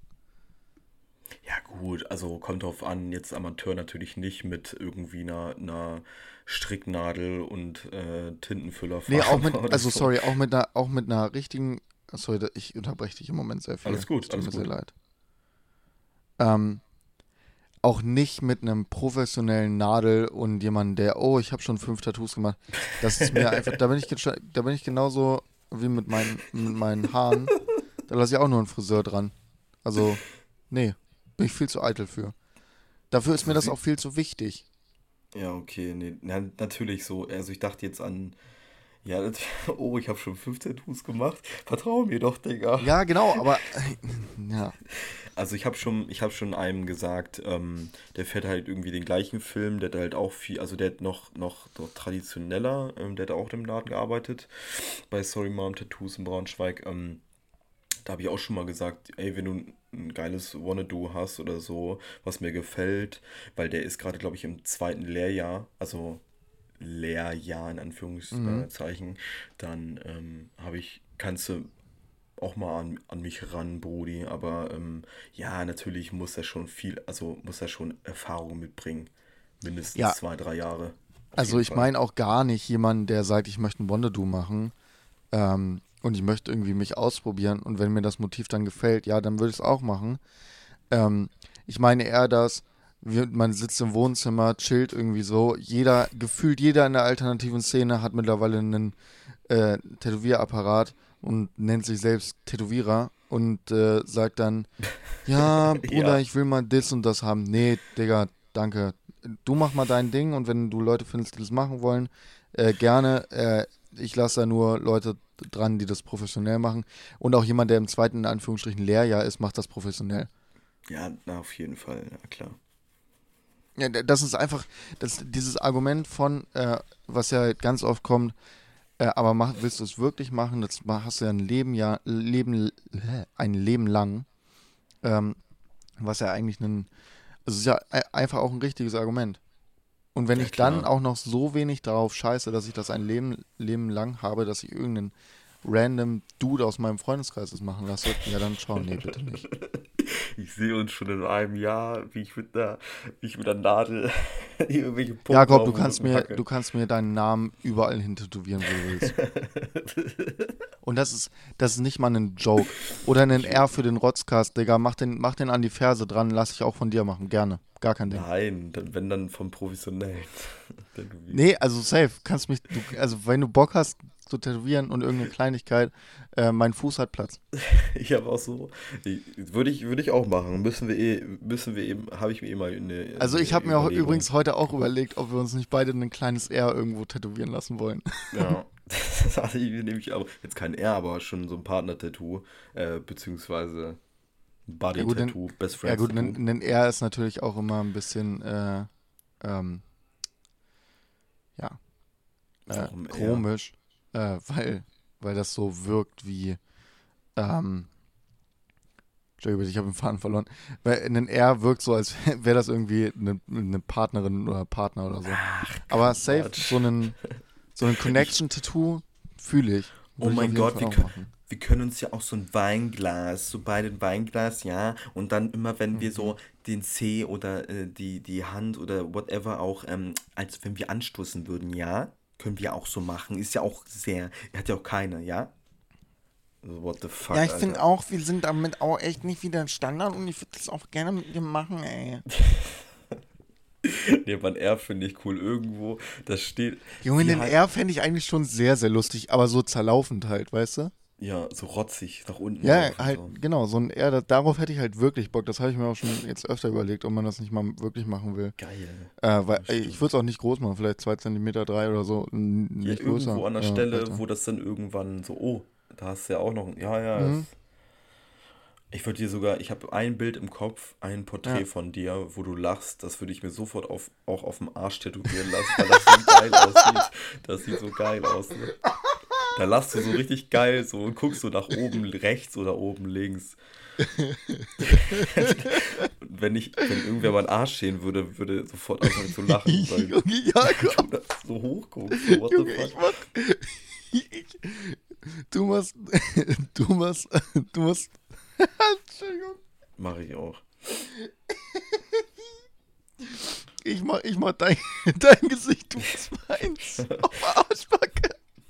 A: Ja, gut, also kommt drauf an, jetzt Amateur natürlich nicht mit irgendwie einer, einer Stricknadel und äh,
B: Nee, auch
A: Tintenfüllerfarbe
B: mit,
A: oder
B: also
A: so.
B: sorry, auch mit einer, auch mit einer richtigen. Sorry, da- ich unterbreche dich im Moment sehr
A: Alles
B: viel. Es
A: gut,
B: tut
A: alles
B: mir sehr
A: gut.
B: leid. Ähm, auch nicht mit einem professionellen Nadel und jemandem, der, oh, ich habe schon fünf Tattoos gemacht. Das ist mir einfach, da bin ich, gesch- da bin ich genauso wie mit meinen, mit meinen Haaren. Da lasse ich auch nur einen Friseur dran. Also, nee, bin ich viel zu eitel für. Dafür ist mir
A: So
B: das auch
A: sieht.
B: viel zu wichtig.
A: Ja, okay, nee, na, natürlich so. Also ich dachte jetzt an, ja, das, oh, ich habe schon fünfzehn Tattoos gemacht. Vertrau mir doch, Digga.
B: Ja, genau, aber ja.
A: Also ich habe schon, ich habe schon einem gesagt, ähm, der fährt halt irgendwie den gleichen Film, der hat halt auch viel, also der hat noch, noch so traditioneller, ähm, der hat auch im Laden gearbeitet, bei Sorry Mom Tattoos in Braunschweig. Ähm, da habe ich auch schon mal gesagt, ey, wenn du ein ein geiles Wanna-Do hast oder so, was mir gefällt, weil der ist gerade, glaube ich, im zweiten Lehrjahr, also Lehrjahr in
B: Mhm.
A: Anführungszeichen, dann ähm, habe ich, kannst du auch mal an, an mich ran, Brudi, aber ähm, ja, natürlich muss er schon viel, also muss er schon Erfahrung mitbringen. Mindestens
B: Ja,
A: zwei, drei Jahre. Auf
B: also
A: jeden
B: ich
A: Fall.
B: meine auch gar nicht jemanden, der sagt, ich möchte ein Wonder-Do machen ähm, und ich möchte irgendwie mich ausprobieren und wenn mir das Motiv dann gefällt, ja, dann würde ich es auch machen. Ähm, ich meine eher, dass wir, man sitzt im Wohnzimmer, chillt irgendwie so. Jeder, gefühlt jeder in der alternativen Szene hat mittlerweile einen äh, Tätowierapparat und nennt sich selbst Tätowierer und äh, sagt dann, ja, Bruder,
A: Ja,
B: ich will mal das und das haben. Nee, Digga, danke. Du mach mal dein Ding und wenn du Leute findest, die das machen wollen, äh, gerne. Äh, ich lasse da nur Leute dran, die das professionell machen. Und auch jemand, der im zweiten, in Anführungsstrichen, Lehrjahr ist, macht das professionell.
A: ja, na, auf jeden Fall, ja klar.
B: Ja, d- das ist einfach, das, dieses Argument von, äh, was ja halt ganz oft kommt, äh, aber mach, willst du es wirklich machen? Das ma- hast du ja ein Leben, ja, Leben, äh, ein Leben lang, ähm, was ja eigentlich ein, also es ist ja e- einfach auch ein richtiges Argument. Und wenn
A: Ja,
B: ich dann
A: klar.
B: auch noch so wenig darauf scheiße, dass ich das ein Leben, Leben lang habe, dass ich irgendeinen random Dude aus meinem Freundeskreis das machen lasse, ja dann schau, nee, bitte nicht.
A: Ich sehe uns schon in einem Jahr, wie ich mit der, wie ich mit der Nadel irgendwelche Punkte
B: Jakob,
A: auf
B: du
A: dem
B: kannst
A: Rücken
B: mir,
A: hacke.
B: du kannst mir deinen Namen überall hin tätowieren, wo du willst. Und das ist, das ist nicht mal ein Joke. Oder einen
A: Ich,
B: R für den Rotzcast, Digga. Mach den, mach den an die Ferse dran, lass ich auch von dir machen. Gerne. Gar kein Ding.
A: nein, dann, wenn dann vom Professionellen tätowieren.
B: Nee, also safe. Kannst mich, du, also wenn du Bock hast zu tätowieren und irgendeine Kleinigkeit, äh, mein Fuß hat Platz.
A: Ich habe auch so, ich- würde ich, würde ich auch machen. Müssen wir eh, müssen wir eben, habe ich mir eh mal eine,
B: Also
A: eine
B: ich habe mir auch
A: Überlegung.
B: übrigens heute auch überlegt, ob wir uns nicht beide ein kleines R irgendwo tätowieren lassen wollen.
A: Ja, das hatte ich nämlich aber, jetzt kein R, aber schon so ein Partner-Tattoo, äh, beziehungsweise ein
B: Ja gut, ein,
A: Buddy-Tattoo, Best
B: ja gut,
A: Friends-Tattoo.
B: ein, ein R ist natürlich auch immer ein bisschen, äh, ähm, ja, äh,
A: Warum R?
B: komisch, äh, weil, weil das so wirkt wie, ähm, Entschuldigung, ich habe den Faden verloren. Weil ein R wirkt so, als wäre das irgendwie eine, eine Partnerin oder Partner oder so. Aber safe, so
A: Quatsch.
B: einen, so einen
A: Ich,
B: Connection-Tattoo fühle ich.
A: oh
B: Würde ich auf
A: mein
B: jeden
A: Gott,
B: Fall
A: wie,
B: auch
A: kö-
B: machen.
A: wir können uns ja auch so ein Weinglas, so beide ein Weinglas, ja, und dann immer, wenn wir
B: Mhm.
A: so den Zeh oder äh, die, die Hand oder whatever auch, ähm, als wenn wir anstoßen würden, ja, können wir auch so machen. Ist ja auch sehr, er hat ja auch keine, ja? Also, what the
B: Ja,
A: fuck,
B: ich finde
A: Alter.
B: auch, wir sind damit auch echt nicht wieder ein Standard und ich würde das auch gerne mit dir machen, ey.
A: Nee, Mann, R finde ich cool. Irgendwo, das steht,
B: Junge,
A: wie
B: den
A: halt,
B: R fände ich eigentlich schon sehr, sehr lustig, aber so zerlaufend halt, weißt du?
A: ja, so rotzig nach unten
B: Ja,
A: laufen,
B: halt,
A: so.
B: genau, so ein R, das, darauf hätte ich halt wirklich Bock. Das habe ich mir auch schon jetzt öfter überlegt, ob man das nicht mal wirklich machen will.
A: Geil.
B: Äh, weil,
A: Ja,
B: ey, ich würde es
A: stimmt.
B: auch nicht groß machen, vielleicht zwei Zentimeter, drei oder so, n-
A: Ja,
B: nicht größer,
A: irgendwo an der
B: äh,
A: Stelle,
B: weiter.
A: wo das dann irgendwann so, oh, da hast du ja auch noch, ein- ja, ja,
B: Mhm,
A: das, ich würde dir sogar, ich habe ein Bild im Kopf, ein Porträt
B: ja.
A: von dir, wo du lachst, das würde ich mir sofort auf, auch auf dem Arsch tätowieren lassen, weil das so geil aussieht. Das sieht so geil aus, ne? Da lachst du so richtig geil so und guckst so nach oben rechts oder oben links. Und wenn ich, wenn irgendwer meinen Arsch sehen würde, würde sofort anfangen zu lachen, weil
B: Junge, Jakob,
A: du das so hoch guckst, so what the
B: Junge,
A: fuck.
B: ich mach, ich, du machst, du machst, du machst, Entschuldigung,
A: Mache ich auch.
B: ich mach, ich mach dein, dein Gesicht, du machst meins, auf der Arschbacke.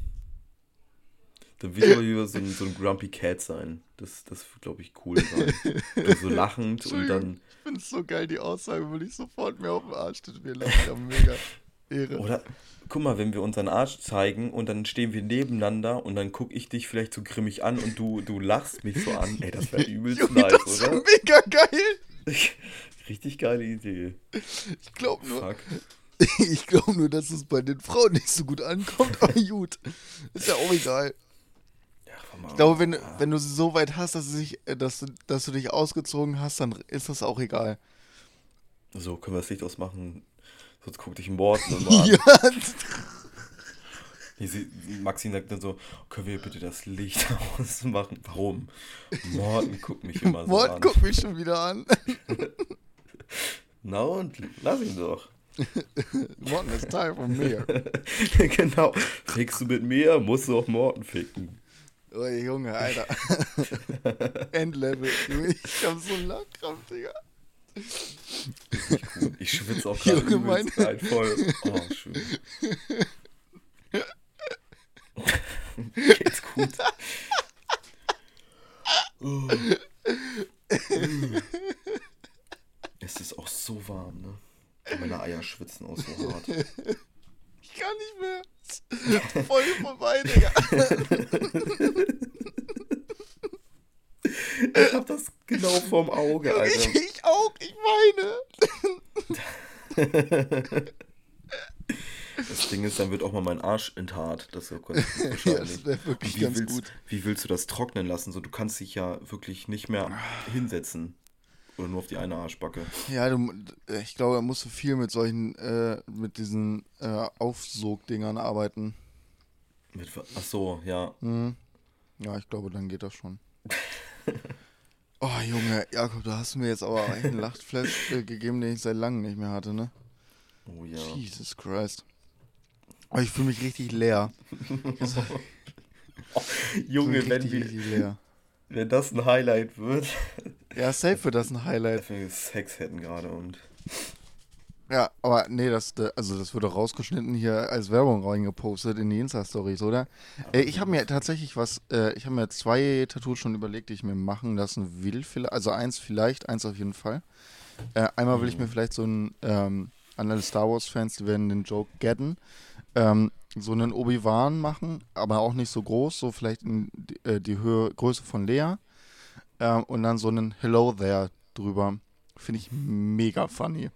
A: Dann will ich aber lieber so ein, so ein Grumpy Cat sein. Das, das wird, glaube ich, cool sein. Du so lachend und
B: Entschuldigung,
A: dann.
B: ich finde es so geil, die Aussage, würde ich sofort mir auf den Arsch tätowieren lassen, ja, mega, Ehre.
A: Oder, guck mal, wenn wir unseren Arsch zeigen und dann stehen wir nebeneinander und dann gucke ich dich vielleicht so grimmig an und du, du lachst mich so an. Ey, das wäre übelst
B: Junge,
A: nice,
B: das ist ja
A: oder?
B: mega geil.
A: Richtig geile Idee.
B: Ich glaube nur,
A: Fuck.
B: ich glaube nur, dass es bei den Frauen nicht so gut ankommt, aber gut. Ist ja auch egal.
A: Ja, warte mal.
B: Ich glaube, wenn,
A: Ah,
B: wenn du sie so weit hast, dass, sie sich, äh, dass, du, dass du dich ausgezogen hast, dann ist das auch egal.
A: so, können wir das Licht ausmachen? Sonst guckt dich Morten immer
B: Ja,
A: an. Nee, sie, Maxine sagt dann so, können wir bitte das Licht ausmachen? Warum? Morten guckt mich immer so
B: Mord
A: an.
B: guckt mich schon wieder an.
A: Na und, lass ihn doch.
B: Morten ist Teil von mir.
A: Genau. Fickst du mit mir, musst du auch Morten ficken.
B: Oh, Junge, Alter. Endlevel. Junge, ich hab so einen Lachkrampf, Digga.
A: Gut, ich schwitze auch gerade
B: Junge, mein...
A: übelst rein voll. Oh, schön. Geht's gut? Oh. Es ist auch so warm, ne? Meine Eier schwitzen auch so hart.
B: Ich kann nicht mehr. Folge vorbei, Digga.
A: Ich hab das genau vorm Auge,
B: Junge,
A: Alter.
B: ich, ich auch, ich meine.
A: Das Ding ist, dann wird auch mal mein Arsch enthaart. Das ist ja ganz gut
B: Ja,
A: wahrscheinlich.
B: das wäre
A: Und
B: wirklich
A: wie
B: ganz
A: willst,
B: gut.
A: wie willst du das trocknen lassen? So, du kannst dich ja wirklich nicht mehr hinsetzen. Oder nur auf die eine Arschbacke.
B: Ja, du, ich glaube, da musst du viel mit solchen, äh, mit diesen äh, Aufsogdingern arbeiten.
A: Mit, ach so, ja.
B: Mhm. Ja, ich glaube, dann geht das schon. Oh, Junge, Jakob, da hast du mir jetzt aber einen Lachflash äh, gegeben, den ich seit langem nicht mehr hatte, ne?
A: Oh ja.
B: Jesus Christ. Oh, ich fühle mich richtig leer. Also, ich fühl
A: Junge,
B: mich
A: wenn,
B: richtig,
A: wir,
B: richtig leer.
A: wenn das ein Highlight wird,
B: Ja, safe wird das ein Highlight.
A: dass wir Sex hätten gerade und.
B: Ja, aber nee, das, also das wird doch rausgeschnitten hier als Werbung reingepostet in die Insta-Stories, oder? Äh, ich habe mir tatsächlich was, äh, ich habe mir zwei Tattoos schon überlegt, die ich mir machen lassen will. Vielleicht, also eins vielleicht, eins auf jeden Fall. Äh, einmal will ich mir vielleicht so ein, ähm, an alle Star Wars-Fans, die werden den Joke getten, ähm, so einen Obi-Wan machen, aber auch nicht so groß, so vielleicht in die, äh, die Höhe, Größe von Lea. Ähm, und dann so einen Hello There drüber. Finde ich mega funny.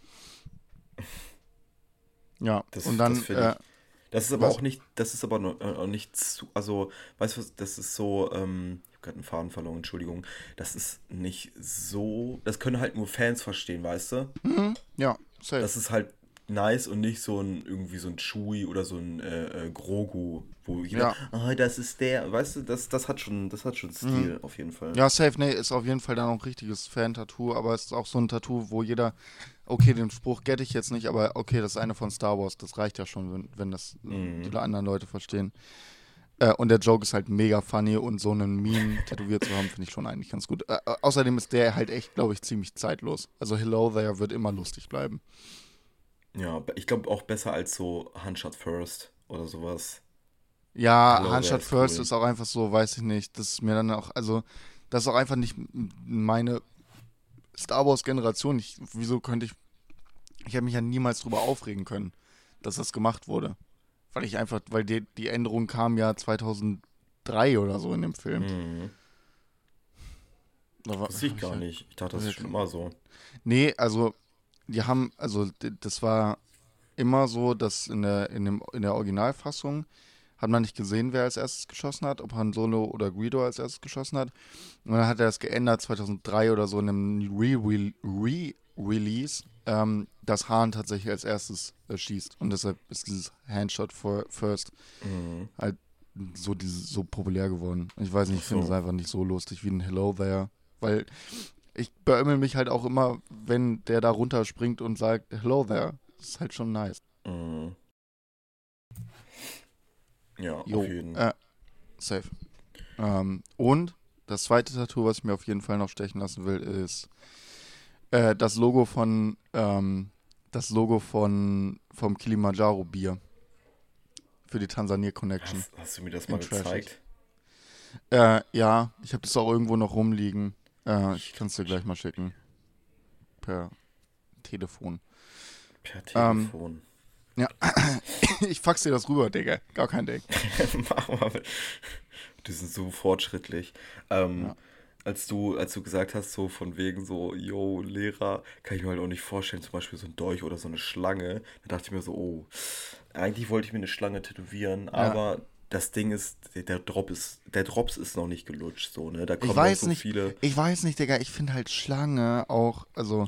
B: Ja,
A: Das,
B: und dann,
A: das finde
B: äh,
A: ich. Das ist aber
B: was?
A: auch nicht, das ist aber noch, äh, auch nicht zu, also, weißt du was, das ist so, ähm, ich habe gerade einen Faden verloren, Entschuldigung. Das ist nicht so, das können halt nur Fans verstehen, weißt du?
B: Mhm, ja, safe.
A: Das ist halt nice und nicht so ein, irgendwie so ein Chewie oder so ein äh, äh, Grogu, wo jeder,
B: Ja,
A: ah, das ist der, weißt du, das, das hat schon, das hat schon
B: mhm.
A: Stil, auf jeden Fall.
B: Ja, safe, nee, ist auf jeden Fall dann auch ein richtiges Fan-Tattoo, aber es ist auch so ein Tattoo, wo jeder, okay, den Spruch gette ich jetzt nicht, aber okay, das ist eine von Star Wars, das reicht ja schon, wenn, wenn das
A: Mhm.
B: die anderen Leute verstehen. Äh, und der Joke ist halt mega funny und so einen Meme tätowiert zu haben, finde ich schon eigentlich ganz gut. Äh, äh, außerdem ist der halt echt, glaube ich, ziemlich zeitlos. Also Hello There wird immer lustig bleiben.
A: Ja, ich glaube auch besser als so Handshot First oder sowas.
B: Ja,
A: Hello There
B: Handshot
A: ist
B: First
A: cool.
B: ist auch einfach so, weiß ich nicht. Das ist mir dann auch, also, das ist auch einfach nicht m- meine Star Wars-Generation. Ich, wieso könnte ich, ich hätte mich ja niemals drüber aufregen können, dass das gemacht wurde. Weil ich einfach, weil die, die Änderung kam ja zweitausenddrei oder so in dem Film.
A: Mhm.
B: Da
A: Wusste ich
B: habe ich
A: gar
B: halt,
A: nicht. Ich dachte,
B: hab
A: das
B: ich
A: ist
B: halt
A: schon
B: kein,
A: immer so.
B: nee, also, die haben, also, d- das war immer so, dass in der, in dem, in der Originalfassung hat man nicht gesehen, wer als erstes geschossen hat, ob Han Solo oder Greedo als erstes geschossen hat. Und dann hat er das geändert zweitausenddrei oder so in einem Re-Re- Re-Release, ähm, dass Han tatsächlich als erstes äh, schießt. Und deshalb ist dieses Handshot for First
A: Mhm.
B: halt so, dieses, so populär geworden. Ich weiß nicht,
A: Ach
B: ich finde es
A: so.
B: einfach nicht so lustig wie ein Hello There. Weil ich beömmel mich halt auch immer, wenn der da runterspringt und sagt Hello There. Das ist halt schon nice.
A: Mhm. Ja, auf
B: Jo,
A: jeden.
B: äh, safe. Ähm, und das zweite Tattoo, was ich mir auf jeden Fall noch stechen lassen will, ist äh, das Logo von ähm, das Logo von vom Kilimanjaro Bier für die Tansania Connection
A: Hast, hast du mir das mal
B: in Trashig.
A: gezeigt?
B: Äh, ja, ich habe das auch irgendwo noch rumliegen. Äh, ich
A: Ich,
B: kann es dir
A: ich,
B: gleich mal schicken per Telefon.
A: per
B: Ähm,
A: Telefon.
B: ja, ich fax dir das rüber, Digga. Gar kein Ding.
A: Mach mal. Die sind so fortschrittlich. Ähm,
B: Ja.
A: als du, als du gesagt hast, so von wegen so, yo, Lehrer, kann ich mir halt auch nicht vorstellen, zum Beispiel so ein Dolch oder so eine Schlange. Da dachte ich mir so, oh, eigentlich wollte ich mir eine Schlange tätowieren,
B: Ja.
A: aber das Ding ist, der, der Drop ist, der Drops ist noch nicht gelutscht, so, ne? Da
B: Ich
A: kommen noch
B: weiß
A: so
B: nicht,
A: viele.
B: ich weiß nicht, Digga. Ich finde halt Schlange auch, also,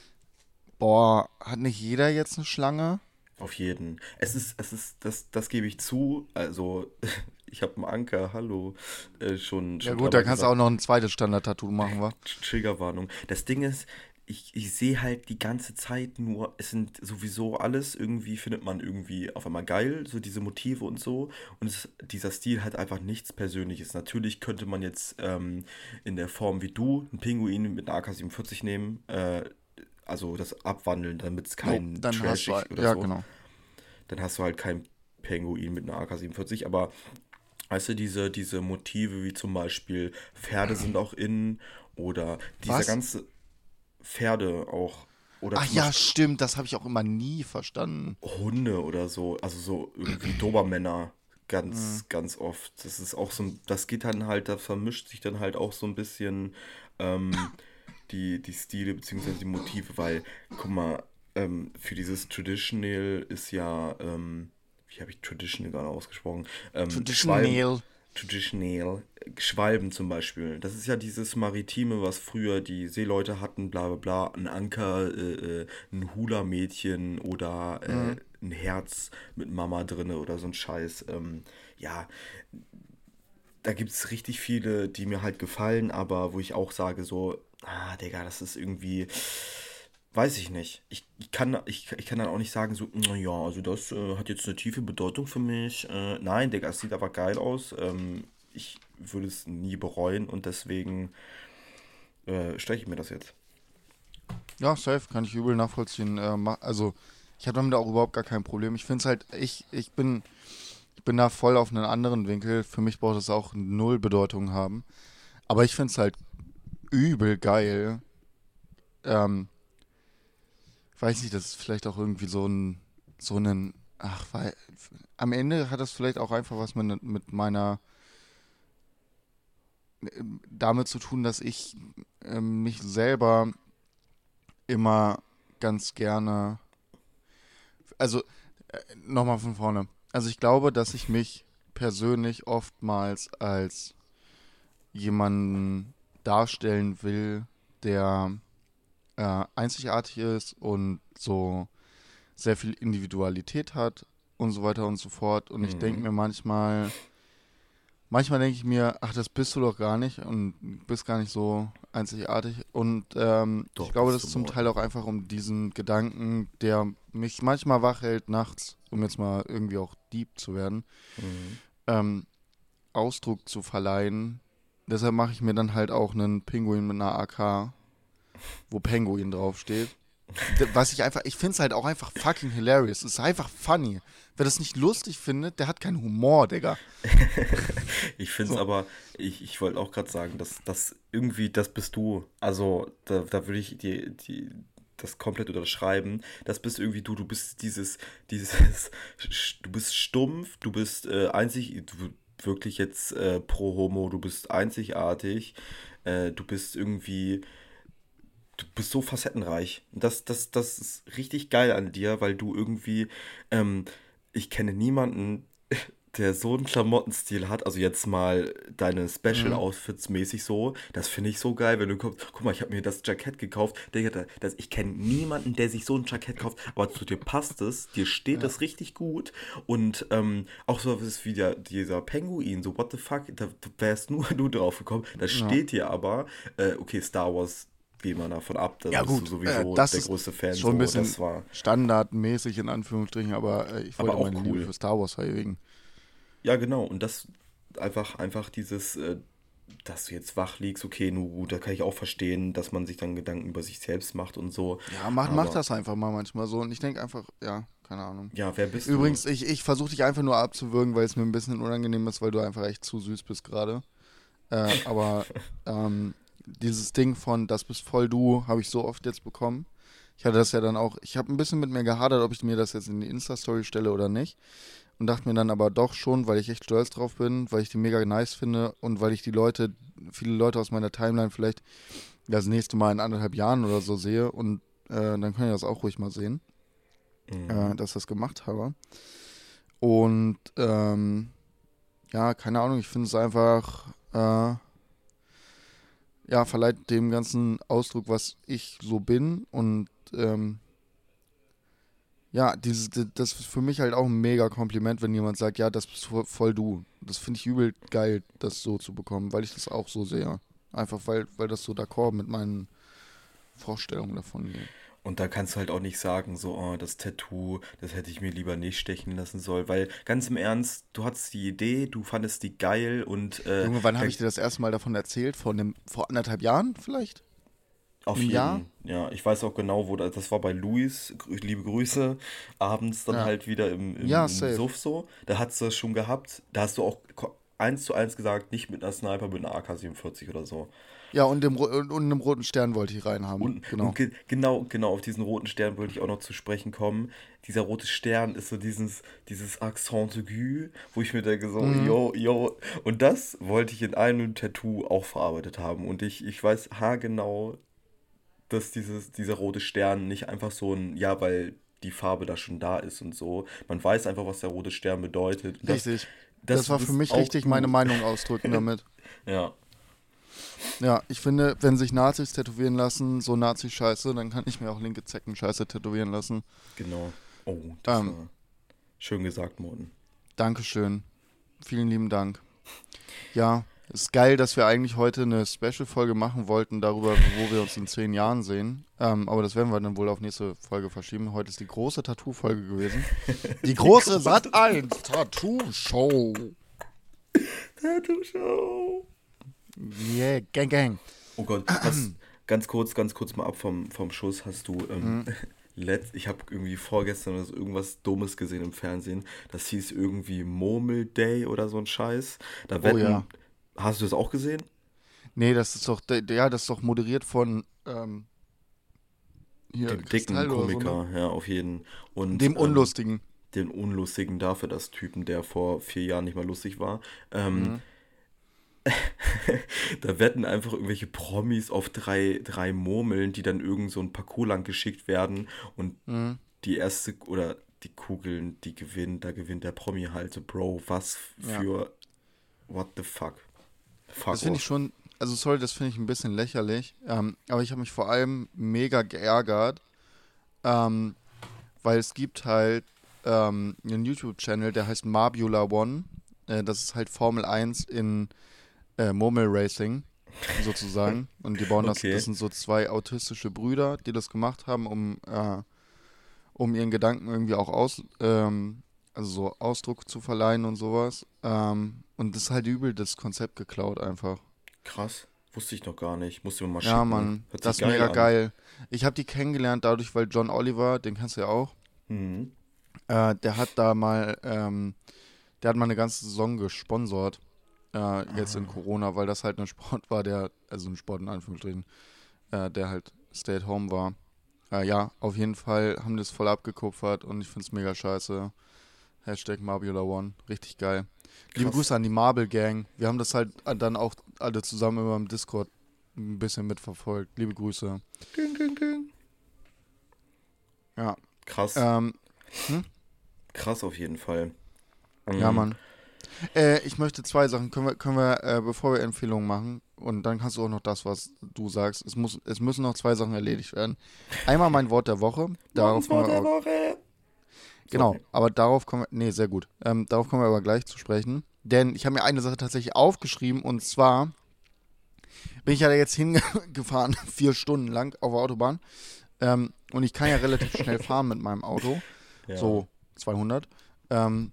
B: boah, hat nicht jeder jetzt eine Schlange?
A: Auf jeden. Es ist, es ist, das, das gebe ich zu. Also, ich habe einen Anker, hallo, äh, schon,
B: Ja
A: schon
B: gut, da
A: dreimal
B: kannst du
A: gesagt.
B: auch noch ein zweites Standard-Tattoo machen, wa?
A: Triggerwarnung. Das Ding ist, ich, ich sehe halt die ganze Zeit nur, es sind sowieso alles irgendwie, findet man irgendwie auf einmal geil, so diese Motive und so. Und es, dieser Stil hat einfach nichts Persönliches. Natürlich könnte man jetzt ähm, in der Form wie du einen Pinguin mit einer A K siebenundvierzig nehmen, äh, also das abwandeln, damit es
B: Jo,
A: kein
B: dann hast du,
A: trashig oder
B: ja
A: so.
B: genau.
A: Dann hast du halt kein Pinguin mit einer A K siebenundvierzig, aber weißt du, diese, diese Motive wie zum Beispiel Pferde sind auch in oder dieser
B: Was?
A: ganze Pferde auch oder
B: Ach
A: zum
B: ja,
A: Beispiel
B: stimmt, das habe ich auch immer nie verstanden.
A: Hunde oder so, also so irgendwie Dobermänner
B: Hm.
A: ganz, ganz oft. Das ist auch so ein, das geht dann halt, da vermischt sich dann halt auch so ein bisschen ähm, die, die Stile beziehungsweise die Motive, weil, guck mal, ähm, für dieses Traditional ist ja, ähm, wie habe ich Traditional gerade ausgesprochen? Ähm, Schwalben,
B: Traditional.
A: Traditional, Schwalben zum Beispiel. Das ist ja dieses Maritime, was früher die Seeleute hatten, bla bla bla, ein Anker, äh, äh, ein Hula-Mädchen oder
B: Hm.
A: äh, ein Herz mit Mama drinne oder so ein Scheiß. Ähm, ja, da gibt es richtig viele, die mir halt gefallen, aber wo ich auch sage so, ah, Digga, das ist irgendwie, weiß ich nicht. Ich, ich kann, ich, ich kann dann auch nicht sagen so, "Na ja, also das äh, hat jetzt eine tiefe Bedeutung für mich. Äh, nein, Digga, es sieht aber geil aus. Ähm, ich würde es nie bereuen und deswegen äh, steche ich mir das jetzt.
B: Ja, safe, kann ich übel nachvollziehen. Äh, ma- also, ich habe damit auch überhaupt gar kein Problem. Ich finde es halt, ich, ich bin, ich bin da voll auf einen anderen Winkel. Für mich braucht es auch null Bedeutung haben. Aber ich finde es halt übel geil. Ähm, weiß nicht, das ist vielleicht auch irgendwie so ein, so ein, ach, weil, am Ende hat das vielleicht auch einfach was mit, mit meiner, damit zu tun, dass ich ähm, mich selber immer ganz gerne, also nochmal von vorne. Also ich glaube, dass ich mich persönlich oftmals als jemanden darstellen will, der äh, einzigartig ist und so sehr viel Individualität hat und so weiter und so fort. Und ich denke
A: Mhm.
B: mir manchmal, manchmal denke ich mir, ach, das bist du doch gar nicht und bist gar nicht so einzigartig. Und ähm, ich
A: Doch,
B: glaube,
A: bist
B: das
A: du,
B: ist zum Teil
A: Morten.
B: auch einfach um diesen Gedanken, der mich manchmal wach hält nachts, um jetzt mal irgendwie auch deep zu werden.
A: Mhm.
B: Ähm, Ausdruck zu verleihen. Deshalb mache ich mir dann halt auch einen Pinguin mit einer A K, wo Penguin draufsteht. D- Was ich einfach, ich finde es halt auch einfach fucking hilarious. Es ist einfach funny. Wer das nicht lustig findet, der hat keinen Humor, Digga.
A: Ich finde es
B: So.
A: aber, ich, ich wollte auch gerade sagen, dass das irgendwie, das bist du. Also, da, da würde ich die, die, das komplett unterschreiben. Das bist irgendwie du. Du bist dieses, dieses, sch- du bist stumpf, du bist äh, einzig, du, wirklich jetzt äh, pro Homo, du bist einzigartig, äh, du bist irgendwie, du bist so facettenreich. Das, das, das ist richtig geil an dir, weil du irgendwie, ähm, ich kenne niemanden, der so einen Klamottenstil hat, also jetzt mal deine Special
B: Mhm.
A: Outfits mäßig so, das finde ich so geil, wenn du kommst, guck mal, ich habe mir das Jackett gekauft, Digga, da- das, ich kenne niemanden, der sich so ein Jackett kauft, aber zu dir passt es, dir steht
B: Ja.
A: es richtig gut und ähm, auch so was wie der, dieser Penguin, so what the fuck, da wärst nur du drauf gekommen, das
B: Ja.
A: steht dir aber, äh, okay, Star Wars, geh mal davon ab, da
B: Ja
A: bist du
B: gut, äh,
A: sowieso
B: das
A: der
B: ist
A: größte Fan,
B: schon ein
A: so,
B: bisschen
A: das war
B: standardmäßig in Anführungsstrichen, aber äh, ich
A: aber
B: wollte
A: auch
B: meine Liebe
A: cool.
B: für Star Wars verewigen.
A: Ja, genau. Und das einfach, einfach dieses, äh, dass du jetzt wach liegst, okay, nur gut, da kann ich auch verstehen, dass man sich dann Gedanken über sich selbst macht und so.
B: Ja, mach, mach
A: Aber
B: das einfach mal manchmal so und ich denke einfach, ja, keine Ahnung.
A: ja, wer bist du?
B: Übrigens, ich, ich versuche dich einfach nur abzuwürgen, weil es mir ein bisschen unangenehm ist, weil du einfach echt zu süß bist gerade. Äh, aber ähm, dieses Ding von das bist voll du, habe ich so oft jetzt bekommen. Ich hatte das ja dann auch, ich habe ein bisschen mit mir gehadert, ob ich mir das jetzt in die Insta-Story stelle oder nicht. Und dachte mir dann aber doch schon, weil ich echt stolz drauf bin, weil ich die mega nice finde und weil ich die Leute, viele Leute aus meiner Timeline vielleicht das nächste Mal in anderthalb Jahren oder so sehe und äh, dann kann ich das auch ruhig mal sehen, äh,
A: Mhm.
B: dass ich das gemacht habe. Und ähm, ja, keine Ahnung, ich finde es einfach, äh, ja, verleiht dem ganzen Ausdruck, was ich so bin. Und ähm, ja, dieses, das ist für mich halt auch ein mega Kompliment, wenn jemand sagt, ja, das bist voll, voll du. Das finde ich übel geil, das so zu bekommen, weil ich das auch so sehe. Einfach weil, weil das so d'accord mit meinen Vorstellungen davon geht.
A: Und da kannst du halt auch nicht sagen, so, oh, das Tattoo, das hätte ich mir lieber nicht stechen lassen sollen, weil ganz im Ernst, du hattest die Idee, du fandest die geil und äh,
B: Junge, wann
A: da,
B: habe ich dir das erste Mal davon erzählt? Vor einem, vor anderthalb Jahren vielleicht?
A: auf
B: Einem Jahr?
A: jeden, ja, ich weiß auch genau, wo das, das war bei Luis, grü- liebe Grüße, abends dann
B: Ja.
A: halt wieder im, im,
B: Ja,
A: im
B: safe.
A: Suff so, da hattest du das schon gehabt, da hast du auch ko- eins zu eins gesagt, nicht mit einer Sniper, mit einer A K siebenundvierzig oder so.
B: Ja, und dem, Ro- und, und einem roten Stern wollte ich reinhaben.
A: Und, und
B: Genau.
A: ge genau, genau auf diesen roten Stern wollte ich auch noch zu sprechen kommen. Dieser rote Stern ist so dieses, dieses Accent aigu, wo ich mir denke so,
B: Mhm.
A: yo, yo. Und das wollte ich in einem Tattoo auch verarbeitet haben. Und ich, ich weiß haargenau, dass dieses, dieser rote Stern nicht einfach so ein, ja, weil die Farbe da schon da ist und so. Man weiß einfach, was der rote Stern bedeutet. Und das,
B: Richtig. Das
A: das
B: war für
A: bist
B: mich
A: auch
B: richtig meine
A: du.
B: Meinung ausdrücken damit.
A: Ja,
B: Ja, ich finde, wenn sich Nazis tätowieren lassen, so Nazi-Scheiße, dann kann ich mir auch linke Zecken-Scheiße tätowieren lassen.
A: genau. Oh, das
B: Ähm,
A: war schön gesagt, Morten.
B: Dankeschön. Vielen lieben Dank. Ja, ist geil, dass wir eigentlich heute eine Special-Folge machen wollten darüber, wo wir uns in zehn Jahren sehen. Ähm, aber das werden wir dann wohl auf nächste Folge verschieben. Heute ist die große Tattoo-Folge gewesen. Die
A: Die
B: große
A: große
B: Sat eins Tattoo-Show.
A: Tattoo-Show.
B: Yeah, gang, gang.
A: Oh Gott, hast ganz kurz, ganz kurz mal ab vom, vom Schuss, hast du ähm,
B: Mhm.
A: letzt, ich habe irgendwie vorgestern oder so irgendwas Dummes gesehen im Fernsehen. Das hieß irgendwie Murmel Day oder so ein Scheiß. Da
B: Oh ja.
A: wetten, hast du das auch gesehen?
B: Nee, das ist doch, der- ja, das ist doch moderiert von, ähm, hier,
A: Dem dicken
B: Kristall oder so, ne?
A: Komiker, ja, auf jeden. Und
B: Dem
A: ähm,
B: Unlustigen.
A: den unlustigen dafür, das Typen, der vor vier Jahren nicht mal lustig war. Ähm,
B: Mhm.
A: Da wetten einfach irgendwelche Promis auf drei, drei Murmeln, die dann irgend so ein Parcours lang geschickt werden und
B: Mhm.
A: die erste oder die Kugeln, die gewinnen, da gewinnt der Promi halt so, Bro, was
B: Ja.
A: für what the fuck?
B: Das
A: Fuck
B: finde ich
A: off.
B: schon, also sorry, das finde ich ein bisschen lächerlich. Ähm, aber ich habe mich vor allem mega geärgert, ähm, weil es gibt halt ähm, einen YouTube-Channel, der heißt Marbula One. Äh, das ist halt Formel eins in äh, Murmelracing sozusagen. Und die bauen das, das
A: Okay.
B: sind so zwei autistische Brüder, die das gemacht haben, um, äh, um ihren Gedanken irgendwie auch aus, ähm, also so Ausdruck zu verleihen und sowas. Ähm, und das ist halt übel das Konzept geklaut einfach.
A: Krass. Wusste ich noch gar nicht. Musst du mir mal
B: Ja,
A: schicken.
B: Mann,
A: Hört sich
B: das ist
A: geil
B: mega
A: an.
B: geil. Ich habe die kennengelernt dadurch, weil John Oliver, den kennst du ja auch,
A: Mhm.
B: äh, der hat da mal, ähm, der hat mal eine ganze Saison gesponsert, äh, jetzt in
A: Ah,
B: Corona, weil das halt ein Sport war, der, also ein Sport in Anführungsstrichen, äh, der halt Stay at Home war. Äh, ja, auf jeden Fall haben die es voll abgekupfert und ich find's mega scheiße. Hashtag Marbula One, richtig geil. Liebe
A: krass.
B: Grüße an die Marble Gang. Wir haben das halt dann auch alle zusammen über im Discord ein bisschen mitverfolgt. Liebe Grüße.
A: Ding, ding, ding.
B: Ja.
A: Krass.
B: Ähm, hm?
A: Krass auf jeden Fall.
B: Ja,
A: Mhm.
B: Mann. Äh, ich möchte zwei Sachen. Können wir, können wir äh, bevor wir Empfehlungen machen, und dann kannst du auch noch das, was du sagst. Es muss, es müssen noch zwei Sachen erledigt werden. Einmal mein Wort der Woche. Darauf
A: Mortens
B: kommen
A: Wort
B: wir
A: der
B: aber,
A: Woche.
B: genau,
A: Sorry.
B: aber darauf kommen wir, nee, sehr gut. Ähm, darauf kommen wir aber gleich zu sprechen. Denn ich habe mir eine Sache tatsächlich aufgeschrieben, und zwar bin ich ja jetzt hingefahren, vier Stunden lang auf der Autobahn. Ähm, und ich kann ja relativ schnell fahren mit meinem Auto,
A: Ja.
B: so zweihundert. Ähm,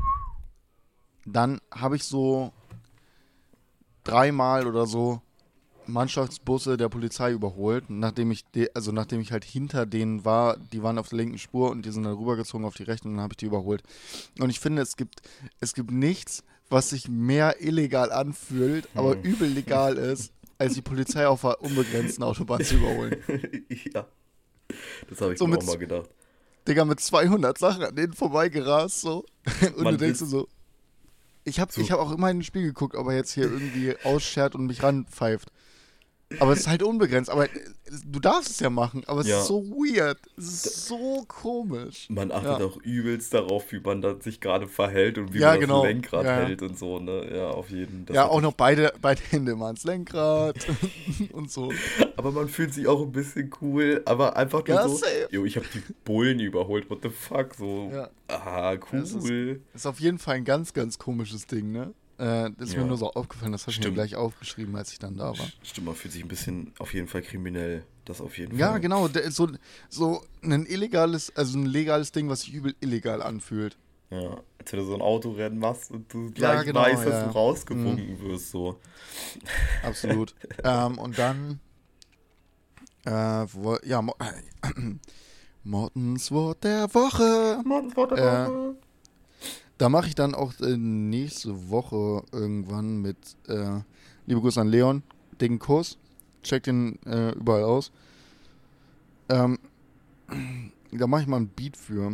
B: dann habe ich so dreimal oder so Mannschaftsbusse der Polizei überholt, nachdem ich, de also nachdem ich halt hinter denen war, die waren auf der linken Spur und die sind dann rübergezogen auf die rechte und dann habe ich die überholt. Und ich finde, es gibt, es gibt nichts, was sich mehr illegal anfühlt, aber
A: Hm.
B: übel legal ist, als die Polizei auf der unbegrenzten Autobahn zu überholen.
A: Ja, das habe ich
B: So
A: mir auch
B: mit,
A: mal gedacht.
B: Digga, mit zweihundert Sachen an denen vorbeigerast, so. Und du
A: Man
B: denkst dir
A: ist
B: so, ich habe ich
A: so,
B: hab auch immer in den Spiel geguckt, ob er jetzt hier irgendwie ausschert und mich ranpfeift. Aber es ist halt unbegrenzt. Aber äh, du darfst es ja machen, aber es ist
A: ja,
B: so weird. Es
A: d-
B: ist so komisch.
A: man achtet
B: Ja.
A: auch übelst darauf, wie man dann sich gerade verhält und wie man
B: Ja,
A: das
B: genau.
A: Lenkrad
B: Ja, ja.
A: hält und so, ne? Ja, auf jeden. Das
B: Ja,
A: hatte
B: auch noch
A: ich.
B: beide, beide Hände mal ans Lenkrad und so.
A: Aber man fühlt sich auch ein bisschen cool, aber einfach nur
B: Ja,
A: so,
B: safe.
A: jo, ich habe die Bullen überholt, what the fuck, so,
B: Ja.
A: ah,
B: Es ist,
A: cool.
B: ist auf jeden Fall ein ganz, ganz komisches Ding, ne? Äh, das ist mir
A: Ja,
B: nur so aufgefallen, das habe ich mir
A: stimmt.
B: gleich aufgeschrieben, als ich dann da war.
A: Sch- Stimmt, man fühlt sich ein bisschen auf jeden Fall kriminell. Das auf jeden
B: Ja,
A: Fall.
B: genau. Der ist so, so ein illegales, also ein legales Ding, was sich übel illegal anfühlt.
A: Ja, als wenn du so ein Autorennen machst und du
B: Ja,
A: gleich
B: genau,
A: weißt, dass du
B: ja. Mhm,
A: rausgewunken wirst, so.
B: absolut. Ähm, und dann, äh, wo, ja, Mo Mortens Wort der Woche.
A: Mann, vor der
B: Äh,
A: Woche.
B: Da mache ich dann auch äh, nächste Woche irgendwann mit, äh, liebe Grüße an Leon, dicken Kuss. Check den äh, überall aus. Ähm, Da mache ich mal ein Beat für.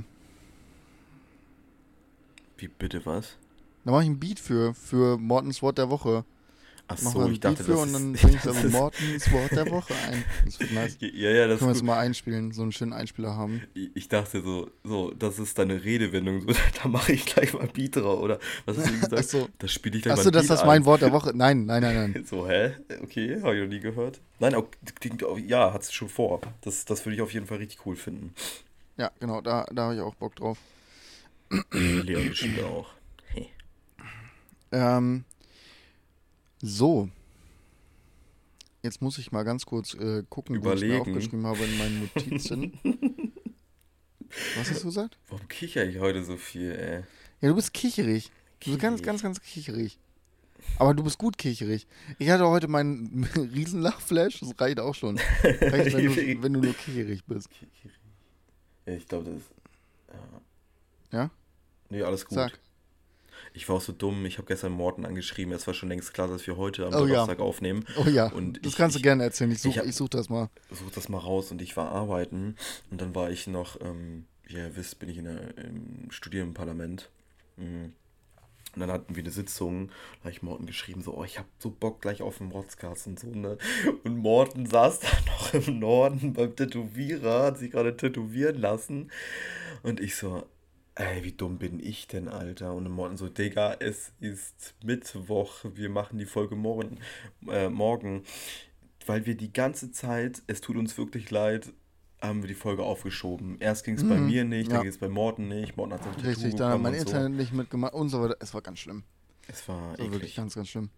A: Wie bitte was?
B: Da mache ich ein Beat für, für Mortens Wort der Woche.
A: Ach
B: Mach mal
A: so,
B: ein
A: ich
B: Beat
A: dachte,
B: für
A: das
B: und
A: ist.
B: dann bringe ich da
A: Das
B: so
A: ist.
B: Mortens Wort der Woche ein. Das wird nice.
A: Ja, ja, das
B: Können
A: ist
B: wir jetzt
A: gut.
B: mal einspielen, so einen schönen Einspieler haben.
A: Ich ich dachte so, so, das ist deine Redewendung, so, da mache ich gleich mal ein Beat drauf, oder? Was hast du eben gesagt?
B: Achso,
A: Da spiele ich gleich mal
B: achso,
A: ein
B: dass
A: Beat
B: das mein
A: ein.
B: Wort der Woche. Nein, nein, nein, nein.
A: So, hä? Okay, habe ich noch nie gehört. Nein, auch, klingt, auch- ja, hat's schon vor. Das, das würde ich auf jeden Fall richtig cool finden.
B: Ja, genau, da, da habe ich auch Bock drauf.
A: Leon bestimmt auch. Hey.
B: Ähm, so, jetzt muss ich mal ganz kurz äh, gucken, wo ich es mir
A: Überlegen.
B: aufgeschrieben habe in meinen Notizen. Was hast du gesagt?
A: Warum kicher ich heute so viel, ey?
B: Ja, du bist kicherig. Du bist ganz, ganz,
A: Kicherig.
B: ganz kicherig. Aber du bist gut kicherig. Ich hatte heute meinen Riesenlachflash, das reicht auch schon. Reicht, wenn du, wenn du nur kicherig bist.
A: Kicherig. Ja, ich glaube, das ist. Ja.
B: Ja?
A: Nee, alles gut.
B: Sag.
A: Ich war auch so dumm. Ich habe gestern Morten angeschrieben. Es war schon längst klar, dass wir heute am
B: Oh ja.
A: Donnerstag aufnehmen.
B: Oh ja.
A: Und
B: Das
A: ich,
B: kannst du
A: ich,
B: gerne erzählen. Ich
A: ich
B: suche
A: hab-
B: ich such das mal.
A: such das mal raus und ich war arbeiten. Und dann war ich noch, ähm, wie ihr wisst, bin ich in der, im Studieren im Parlament. Mhm. Und dann hatten wir eine Sitzung, da habe ich Morten geschrieben, so, oh, ich habe so Bock gleich auf den Podcast und so, ne? Und Morten saß da noch im Norden beim Tätowierer, hat sich gerade tätowieren lassen. Und ich so, ey, wie dumm bin ich denn, Alter? Und Morten so, Digga, es ist Mittwoch, wir machen die Folge morgen, äh, morgen. Weil wir die ganze Zeit, es tut uns wirklich leid, haben wir die Folge aufgeschoben. Erst ging es bei
B: Mhm.
A: mir nicht, dann
B: Ja,
A: ging es bei Morten nicht. Morten hat sein Tattoo
B: richtig. Dann hat
A: bekommen
B: mein
A: und so.
B: Internet nicht mitgemacht und so weiter. Es war ganz schlimm.
A: Es war
B: Es war wirklich
A: eklig.
B: ganz, ganz schlimm.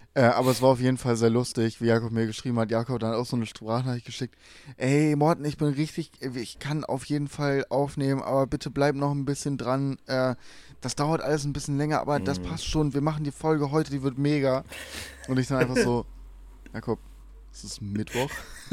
B: Äh, aber es war auf jeden Fall sehr lustig, wie Jakob mir geschrieben hat. Jakob hat dann auch so eine Sprachnachricht geschickt. Ey, Morten, ich bin richtig, ich kann auf jeden Fall aufnehmen, aber bitte bleib noch ein bisschen dran. Äh, das dauert alles ein bisschen länger, aber das
A: Mhm.
B: passt schon. Wir machen die Folge heute, die wird mega. Und ich dann einfach so, Jakob, es ist Mittwoch.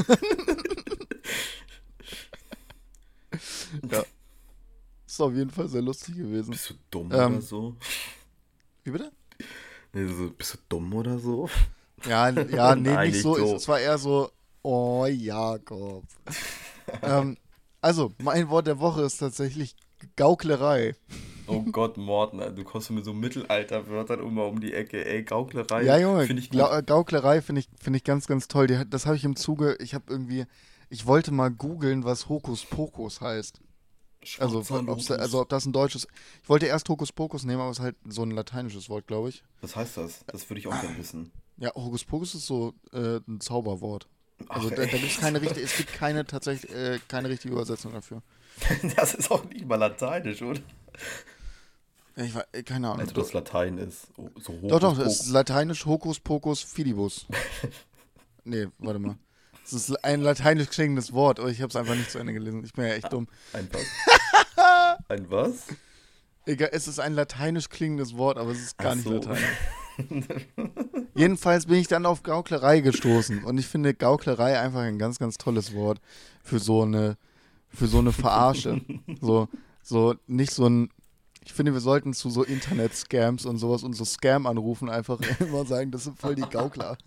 B: Ja, ist auf jeden Fall sehr lustig gewesen.
A: Bist du dumm oder
B: Ähm,
A: so?
B: wie bitte?
A: Nee, so, bist du dumm oder so?
B: Ja, ja, nee,
A: Nein,
B: nicht
A: nicht
B: so. Es,
A: so.
B: es war eher so, oh, Jakob. Ähm, also, mein Wort der Woche ist tatsächlich Gauklerei.
A: Oh Gott, Morten, Alter, du kommst mit so Mittelalterwörtern immer um die Ecke. Ey,
B: Ja,
A: Gauklerei
B: Junge,
A: finde ich gut.
B: Gla Gauklerei finde ich, finde ich ganz, ganz toll. Die, hat- das habe ich im Zuge, ich habe irgendwie, ich wollte mal googeln, was Hokuspokus heißt. Also,
A: Schwarzer
B: ob's da, also
A: Lotus.
B: ob das ein deutsches, ich wollte erst Hokuspokus nehmen, aber es ist halt so ein lateinisches Wort, glaube ich.
A: Was heißt das? Das würde ich auch gern wissen.
B: Ja, Hokuspokus ist so äh, ein Zauberwort. Also
A: Ach
B: da, da gibt es keine
A: echt?
B: richtige, es gibt keine tatsächlich, äh, keine richtige Übersetzung dafür.
A: Das ist auch nicht mal lateinisch, oder?
B: Ja, Ich war, äh, keine Ahnung.
A: Also das Latein ist oh, so
B: Doch,
A: Hokus
B: doch, das ist
A: Pokus.
B: lateinisch Hokuspokus Fidibus. Nee, warte mal. Es ist ein lateinisch klingendes Wort, aber ich habe es einfach nicht zu Ende gelesen. Ich bin ja echt dumm.
A: Ein was? Ein was?
B: Egal, es ist ein lateinisch klingendes Wort, aber es ist
A: Ach
B: gar nicht
A: so.
B: lateinisch. Jedenfalls bin ich dann auf Gauklerei gestoßen und ich finde Gauklerei einfach ein ganz, ganz tolles Wort für so eine, für so eine Verarsche. So, so nicht so ein. Ich finde, wir sollten zu so Internet-Scams und sowas und so Scam-Anrufen einfach immer sagen, das sind voll die Gaukler.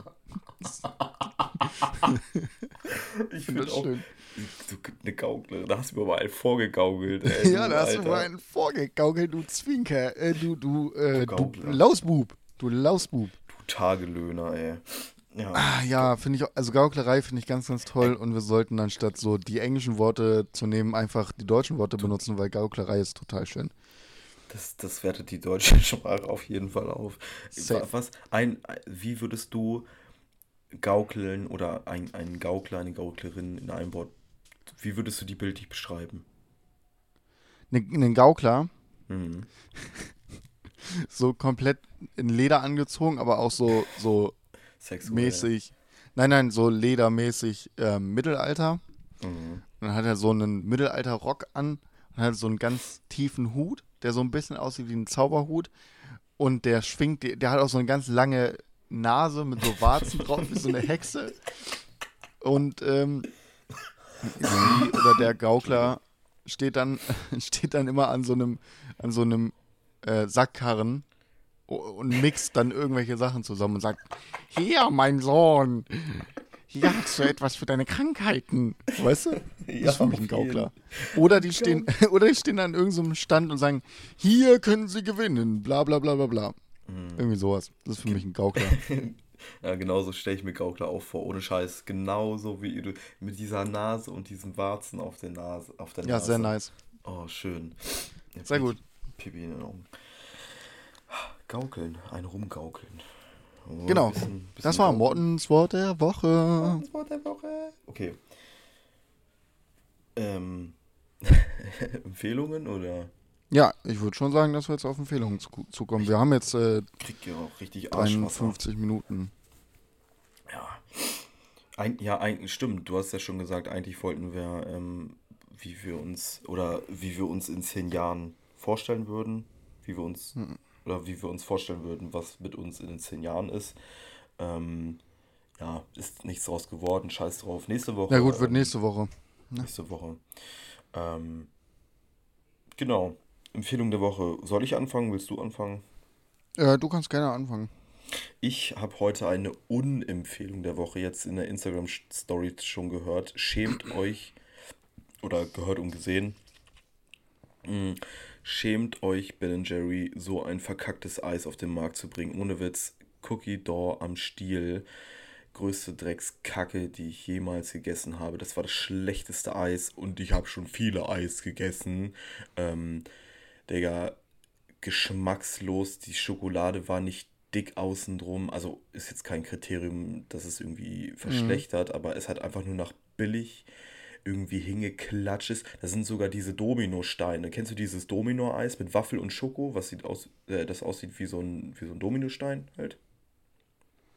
B: Ich
A: Ich
B: finde
A: finde
B: das
A: auch,
B: schön.
A: du eine Gauklerin, da hast du mir mal einen vorgegaukelt, ey,
B: Ja,
A: du
B: da hast du mal
A: Alter.
B: einen vorgegaukelt, du Zwinker, äh, du, du,
A: Du
B: äh, du
A: Gaukler.
B: Lausbub, du Lausbub.
A: Du Tagelöhner, ey. Ja.
B: Ah, ja, finde ich, auch- also Gauklerei finde ich ganz, ganz toll und wir sollten anstatt so die englischen Worte zu nehmen, einfach die deutschen Worte
A: Du,
B: benutzen, weil Gauklerei ist total schön.
A: das, das wertet die deutsche Sprache auf jeden Fall auf. Wa-
B: Safe.
A: Was, ein, wie würdest du gaukeln oder ein, ein Gaukler, eine Gauklerin in einem Wort, wie würdest du die bildlich beschreiben?
B: Ne, ein Gaukler,
A: Mhm.
B: so komplett in Leder angezogen, aber auch so, so
A: Sexuell.
B: mäßig, nein, nein, so ledermäßig ähm, Mittelalter.
A: Mhm.
B: Und dann hat er so einen Mittelalter-Rock an und hat so einen ganz tiefen Hut, der so ein bisschen aussieht wie ein Zauberhut. Und der schwingt, der, der hat auch so eine ganz lange Nase mit so Warzen drauf, wie so eine Hexe. Und ähm, sie oder der
A: Entschuldigung.
B: Gaukler steht dann, steht dann immer an so einem, an so einem äh, Sackkarren und mixt dann irgendwelche Sachen zusammen und sagt, hier, mein Sohn, hier hast du etwas für deine Krankheiten. Weißt du? Das
A: Ja,
B: ist für mich ein
A: auf jeden.
B: Gaukler. Oder die stehen,
A: Gauk.
B: oder die stehen an irgendeinem so Stand und sagen, hier können sie gewinnen, bla bla bla bla bla.
A: Mhm.
B: Irgendwie sowas. Das ist für mich
A: Gen-
B: ein Gaukler.
A: Ja, genauso stelle ich mir Gaukler auch vor, ohne Scheiß. Genauso wie du mit dieser Nase und diesem Warzen auf der Nase, auf der
B: Ja, sehr
A: Nase.
B: nice.
A: Oh, schön. Jetzt
B: Sehr
A: habe ich die
B: gut.
A: Pipi in den Augen. Gaukeln, ein Rumgaukeln. Oh,
B: Genau.
A: bisschen,
B: Das
A: bisschen
B: war
A: gaukeln.
B: Mortens Wort der Woche.
A: Das Wort der Woche. Okay. Ähm, Empfehlungen oder
B: Ja, ich würde schon sagen, dass wir jetzt auf Empfehlungen zu, zukommen. Wir haben jetzt äh,
A: kriegt ihr auch richtig Arschwasser?
B: dreiundfünfzig Minuten.
A: Ja. Ein, ja, eigentlich stimmt. Du hast ja schon gesagt, eigentlich wollten wir, ähm, wie wir uns oder wie wir uns in zehn Jahren vorstellen würden, wie wir uns
B: Hm.
A: oder wie wir uns vorstellen würden, was mit uns in den zehn Jahren ist. Ähm, ja, ist nichts draus geworden. Scheiß drauf. Nächste
B: Ja
A: Woche,
B: gut, wird
A: ähm,
B: nächste Woche. Ne?
A: nächste Woche. Ähm, genau. Empfehlung der Woche. Soll ich anfangen? Willst du anfangen?
B: Äh, du kannst gerne anfangen.
A: Ich habe heute eine Unempfehlung der Woche jetzt in der Instagram-Story schon gehört. Schämt euch oder gehört und gesehen. Mm, Schämt euch, Ben Jerry, so ein verkacktes Eis auf den Markt zu bringen. Ohne Witz, Cookie Dough am Stiel. Größte Dreckskacke, die ich jemals gegessen habe. Das war das schlechteste Eis und ich habe schon viele Eis gegessen. Ähm, Digga, geschmackslos. Die Schokolade war nicht dick außen drum. Also ist jetzt kein Kriterium, dass es irgendwie
B: Mhm.
A: verschlechtert, aber es hat einfach nur nach billig irgendwie hingeklatscht ist. Da sind sogar diese Dominosteine. Kennst du dieses Domino-Eis mit Waffel und Schoko, was sieht aus, äh, das aussieht wie so ein, wie so ein Dominostein halt?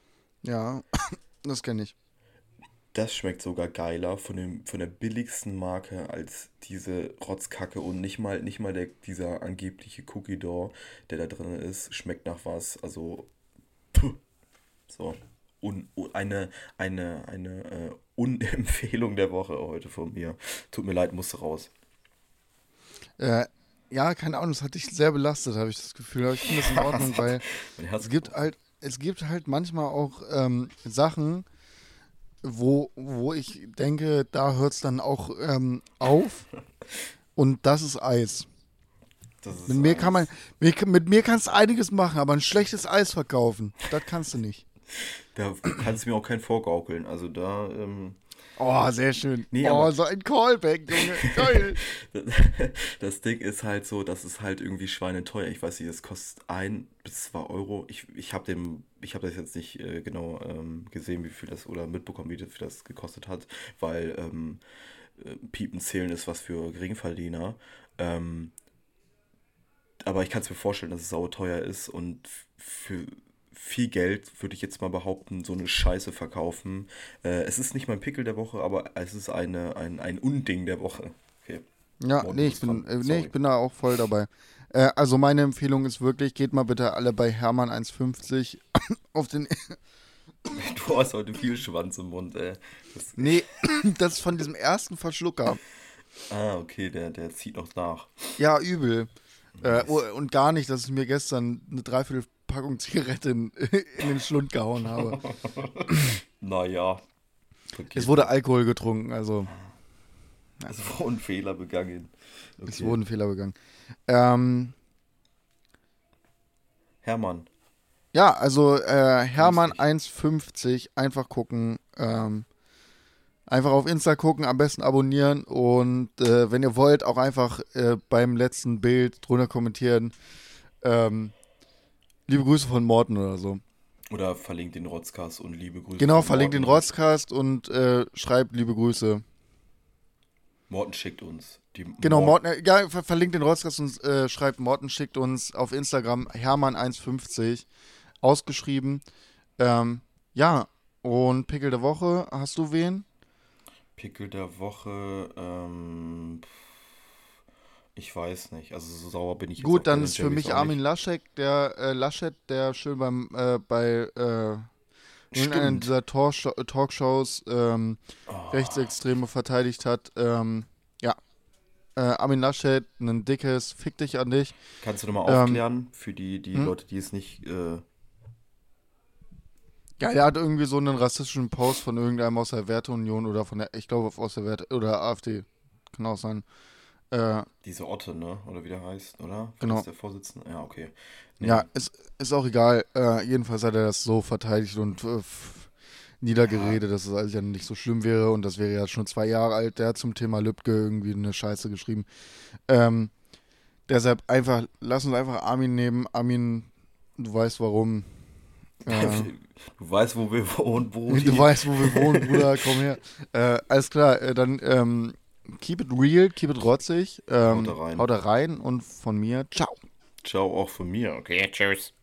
B: Ja, das kenne ich.
A: Das schmeckt sogar geiler von dem, von der billigsten Marke als diese Rotzkacke und nicht mal, nicht mal der, dieser angebliche Cookie Dough, der da drin ist, schmeckt nach was. Also, puh, so. Un, un, eine eine, eine äh, Unempfehlung der Woche heute von mir. Tut mir leid, musste raus.
B: Äh, ja, keine Ahnung, das hat dich sehr belastet, habe ich das Gefühl. Aber ich finde das in
A: Das
B: Ordnung,
A: hat
B: weil
A: mein
B: es
A: Herz
B: gibt
A: gebrochen.
B: halt, es gibt halt manchmal auch ähm, Sachen, wo, wo ich denke, da hört es dann auch ähm, auf und das ist Eis.
A: Das
B: Mit
A: ist
B: mir kann man,
A: Eis.
B: mit, mit mir kannst du einiges machen, aber ein schlechtes Eis verkaufen, das kannst du nicht.
A: Da kannst du mir auch keinen vorgaukeln. Also da, ähm,
B: Oh, sehr schön.
A: nee,
B: Oh,
A: aber
B: so ein Callback, Junge. Geil.
A: das Ding ist halt so, das ist halt irgendwie schweineteuer. Ich weiß nicht, das kostet ein bis zwei Euro. Ich, ich habe dem, ich habe das jetzt nicht äh, genau ähm, gesehen, wie viel das oder mitbekommen, wie viel das gekostet hat, weil ähm, äh, Piepen zählen ist was für Geringverdiener. Ähm, aber ich kann es mir vorstellen, dass es sauteuer ist und f- für viel Geld würde ich jetzt mal behaupten, so eine Scheiße verkaufen. Äh, es ist nicht mein Pickel der Woche, aber es ist eine, ein, ein Unding der Woche. Okay,
B: Ja,
A: Morten,
B: nee,
A: du
B: ich
A: bist dran.
B: bin, äh, nee, ich
A: Sorry.
B: bin da auch voll dabei. Äh, also meine Empfehlung ist wirklich, geht mal bitte alle bei Hermann eins fünfzig auf den.
A: Du hast heute viel Schwanz im Mund, ey. Das,
B: Nee, das ist von diesem ersten Verschlucker.
A: ah, okay, der, der zieht noch nach.
B: Ja, übel. Äh, oh,
A: Nice.
B: und gar nicht, dass ich mir gestern eine Dreiviertelpackung Zigarette in, in den Schlund gehauen habe.
A: Naja,
B: Es
A: okay.
B: wurde Alkohol getrunken, also
A: Es wurde ein Fehler begangen.
B: es
A: Okay.
B: wurden Fehler begangen. Ähm,
A: Hermann,
B: ja, also äh,
A: grüß
B: Hermann
A: dich.
B: eins fünfzig, einfach gucken. Ähm, einfach auf Insta gucken, am besten abonnieren und äh, wenn ihr wollt, auch einfach äh, beim letzten Bild drunter kommentieren. Ähm, liebe Grüße von Morten oder so.
A: Oder verlinkt den Rotzkast und liebe Grüße
B: Genau,
A: von
B: verlinkt den
A: Morten und
B: Rotzcast und äh, schreibt liebe Grüße.
A: Morten schickt uns. Die
B: Genau,
A: Mord.
B: Morten, äh, ja, ver verlinkt den Rotzcast und äh, schreibt Morten, schickt uns auf Instagram Hermann eins fünfzig ausgeschrieben. Ähm, ja, und Pickel der Woche, hast du wen?
A: Pickel der Woche, ähm, ich weiß nicht. Also so sauer bin ich jetzt
B: Gut,
A: auf
B: dann
A: Ben
B: ist für
A: Jerry's
B: mich
A: auch
B: Armin
A: nicht.
B: Laschet, der äh, Laschet, der schön beim äh, bei äh, irgendeiner
A: Stimmt.
B: dieser Talkshow Talkshows ähm,
A: Oh,
B: Rechtsextreme verteidigt hat. Ähm, ja, äh, Armin Laschet, ein dickes Fick dich an dich.
A: kannst du nochmal
B: Ähm,
A: aufklären für die, die
B: hm?
A: Leute, die es nicht. Äh,
B: Ja, der hat irgendwie so einen rassistischen Post von irgendeinem aus der Werteunion oder von der, ich glaube aus der Werte oder AfD, kann auch sein. Äh,
A: diese Otte, ne? Oder wie der heißt, oder? War das
B: genau.
A: der Vorsitzende? Ja, okay.
B: Ja,
A: Nee,
B: ist, ist auch egal. Äh, jedenfalls hat er das so verteidigt und äh, f-
A: ja,
B: niedergeredet, dass es alles ja nicht so schlimm wäre und das wäre ja schon zwei Jahre alt. Der hat zum Thema Lübcke irgendwie eine Scheiße geschrieben. Ähm, deshalb einfach, lass uns einfach Armin nehmen. Armin, du weißt warum. Äh,
A: du weißt, wo wir wohnen,
B: du
A: Brudi.
B: weißt, wo wir wohnen, Bruder, komm her. Äh, alles klar, äh, dann ähm, keep it real, keep it rotzig.
A: Haut da
B: Ähm,
A: rein.
B: haut da rein und von mir, ciao.
A: Ciao auch von mir. Okay, tschüss.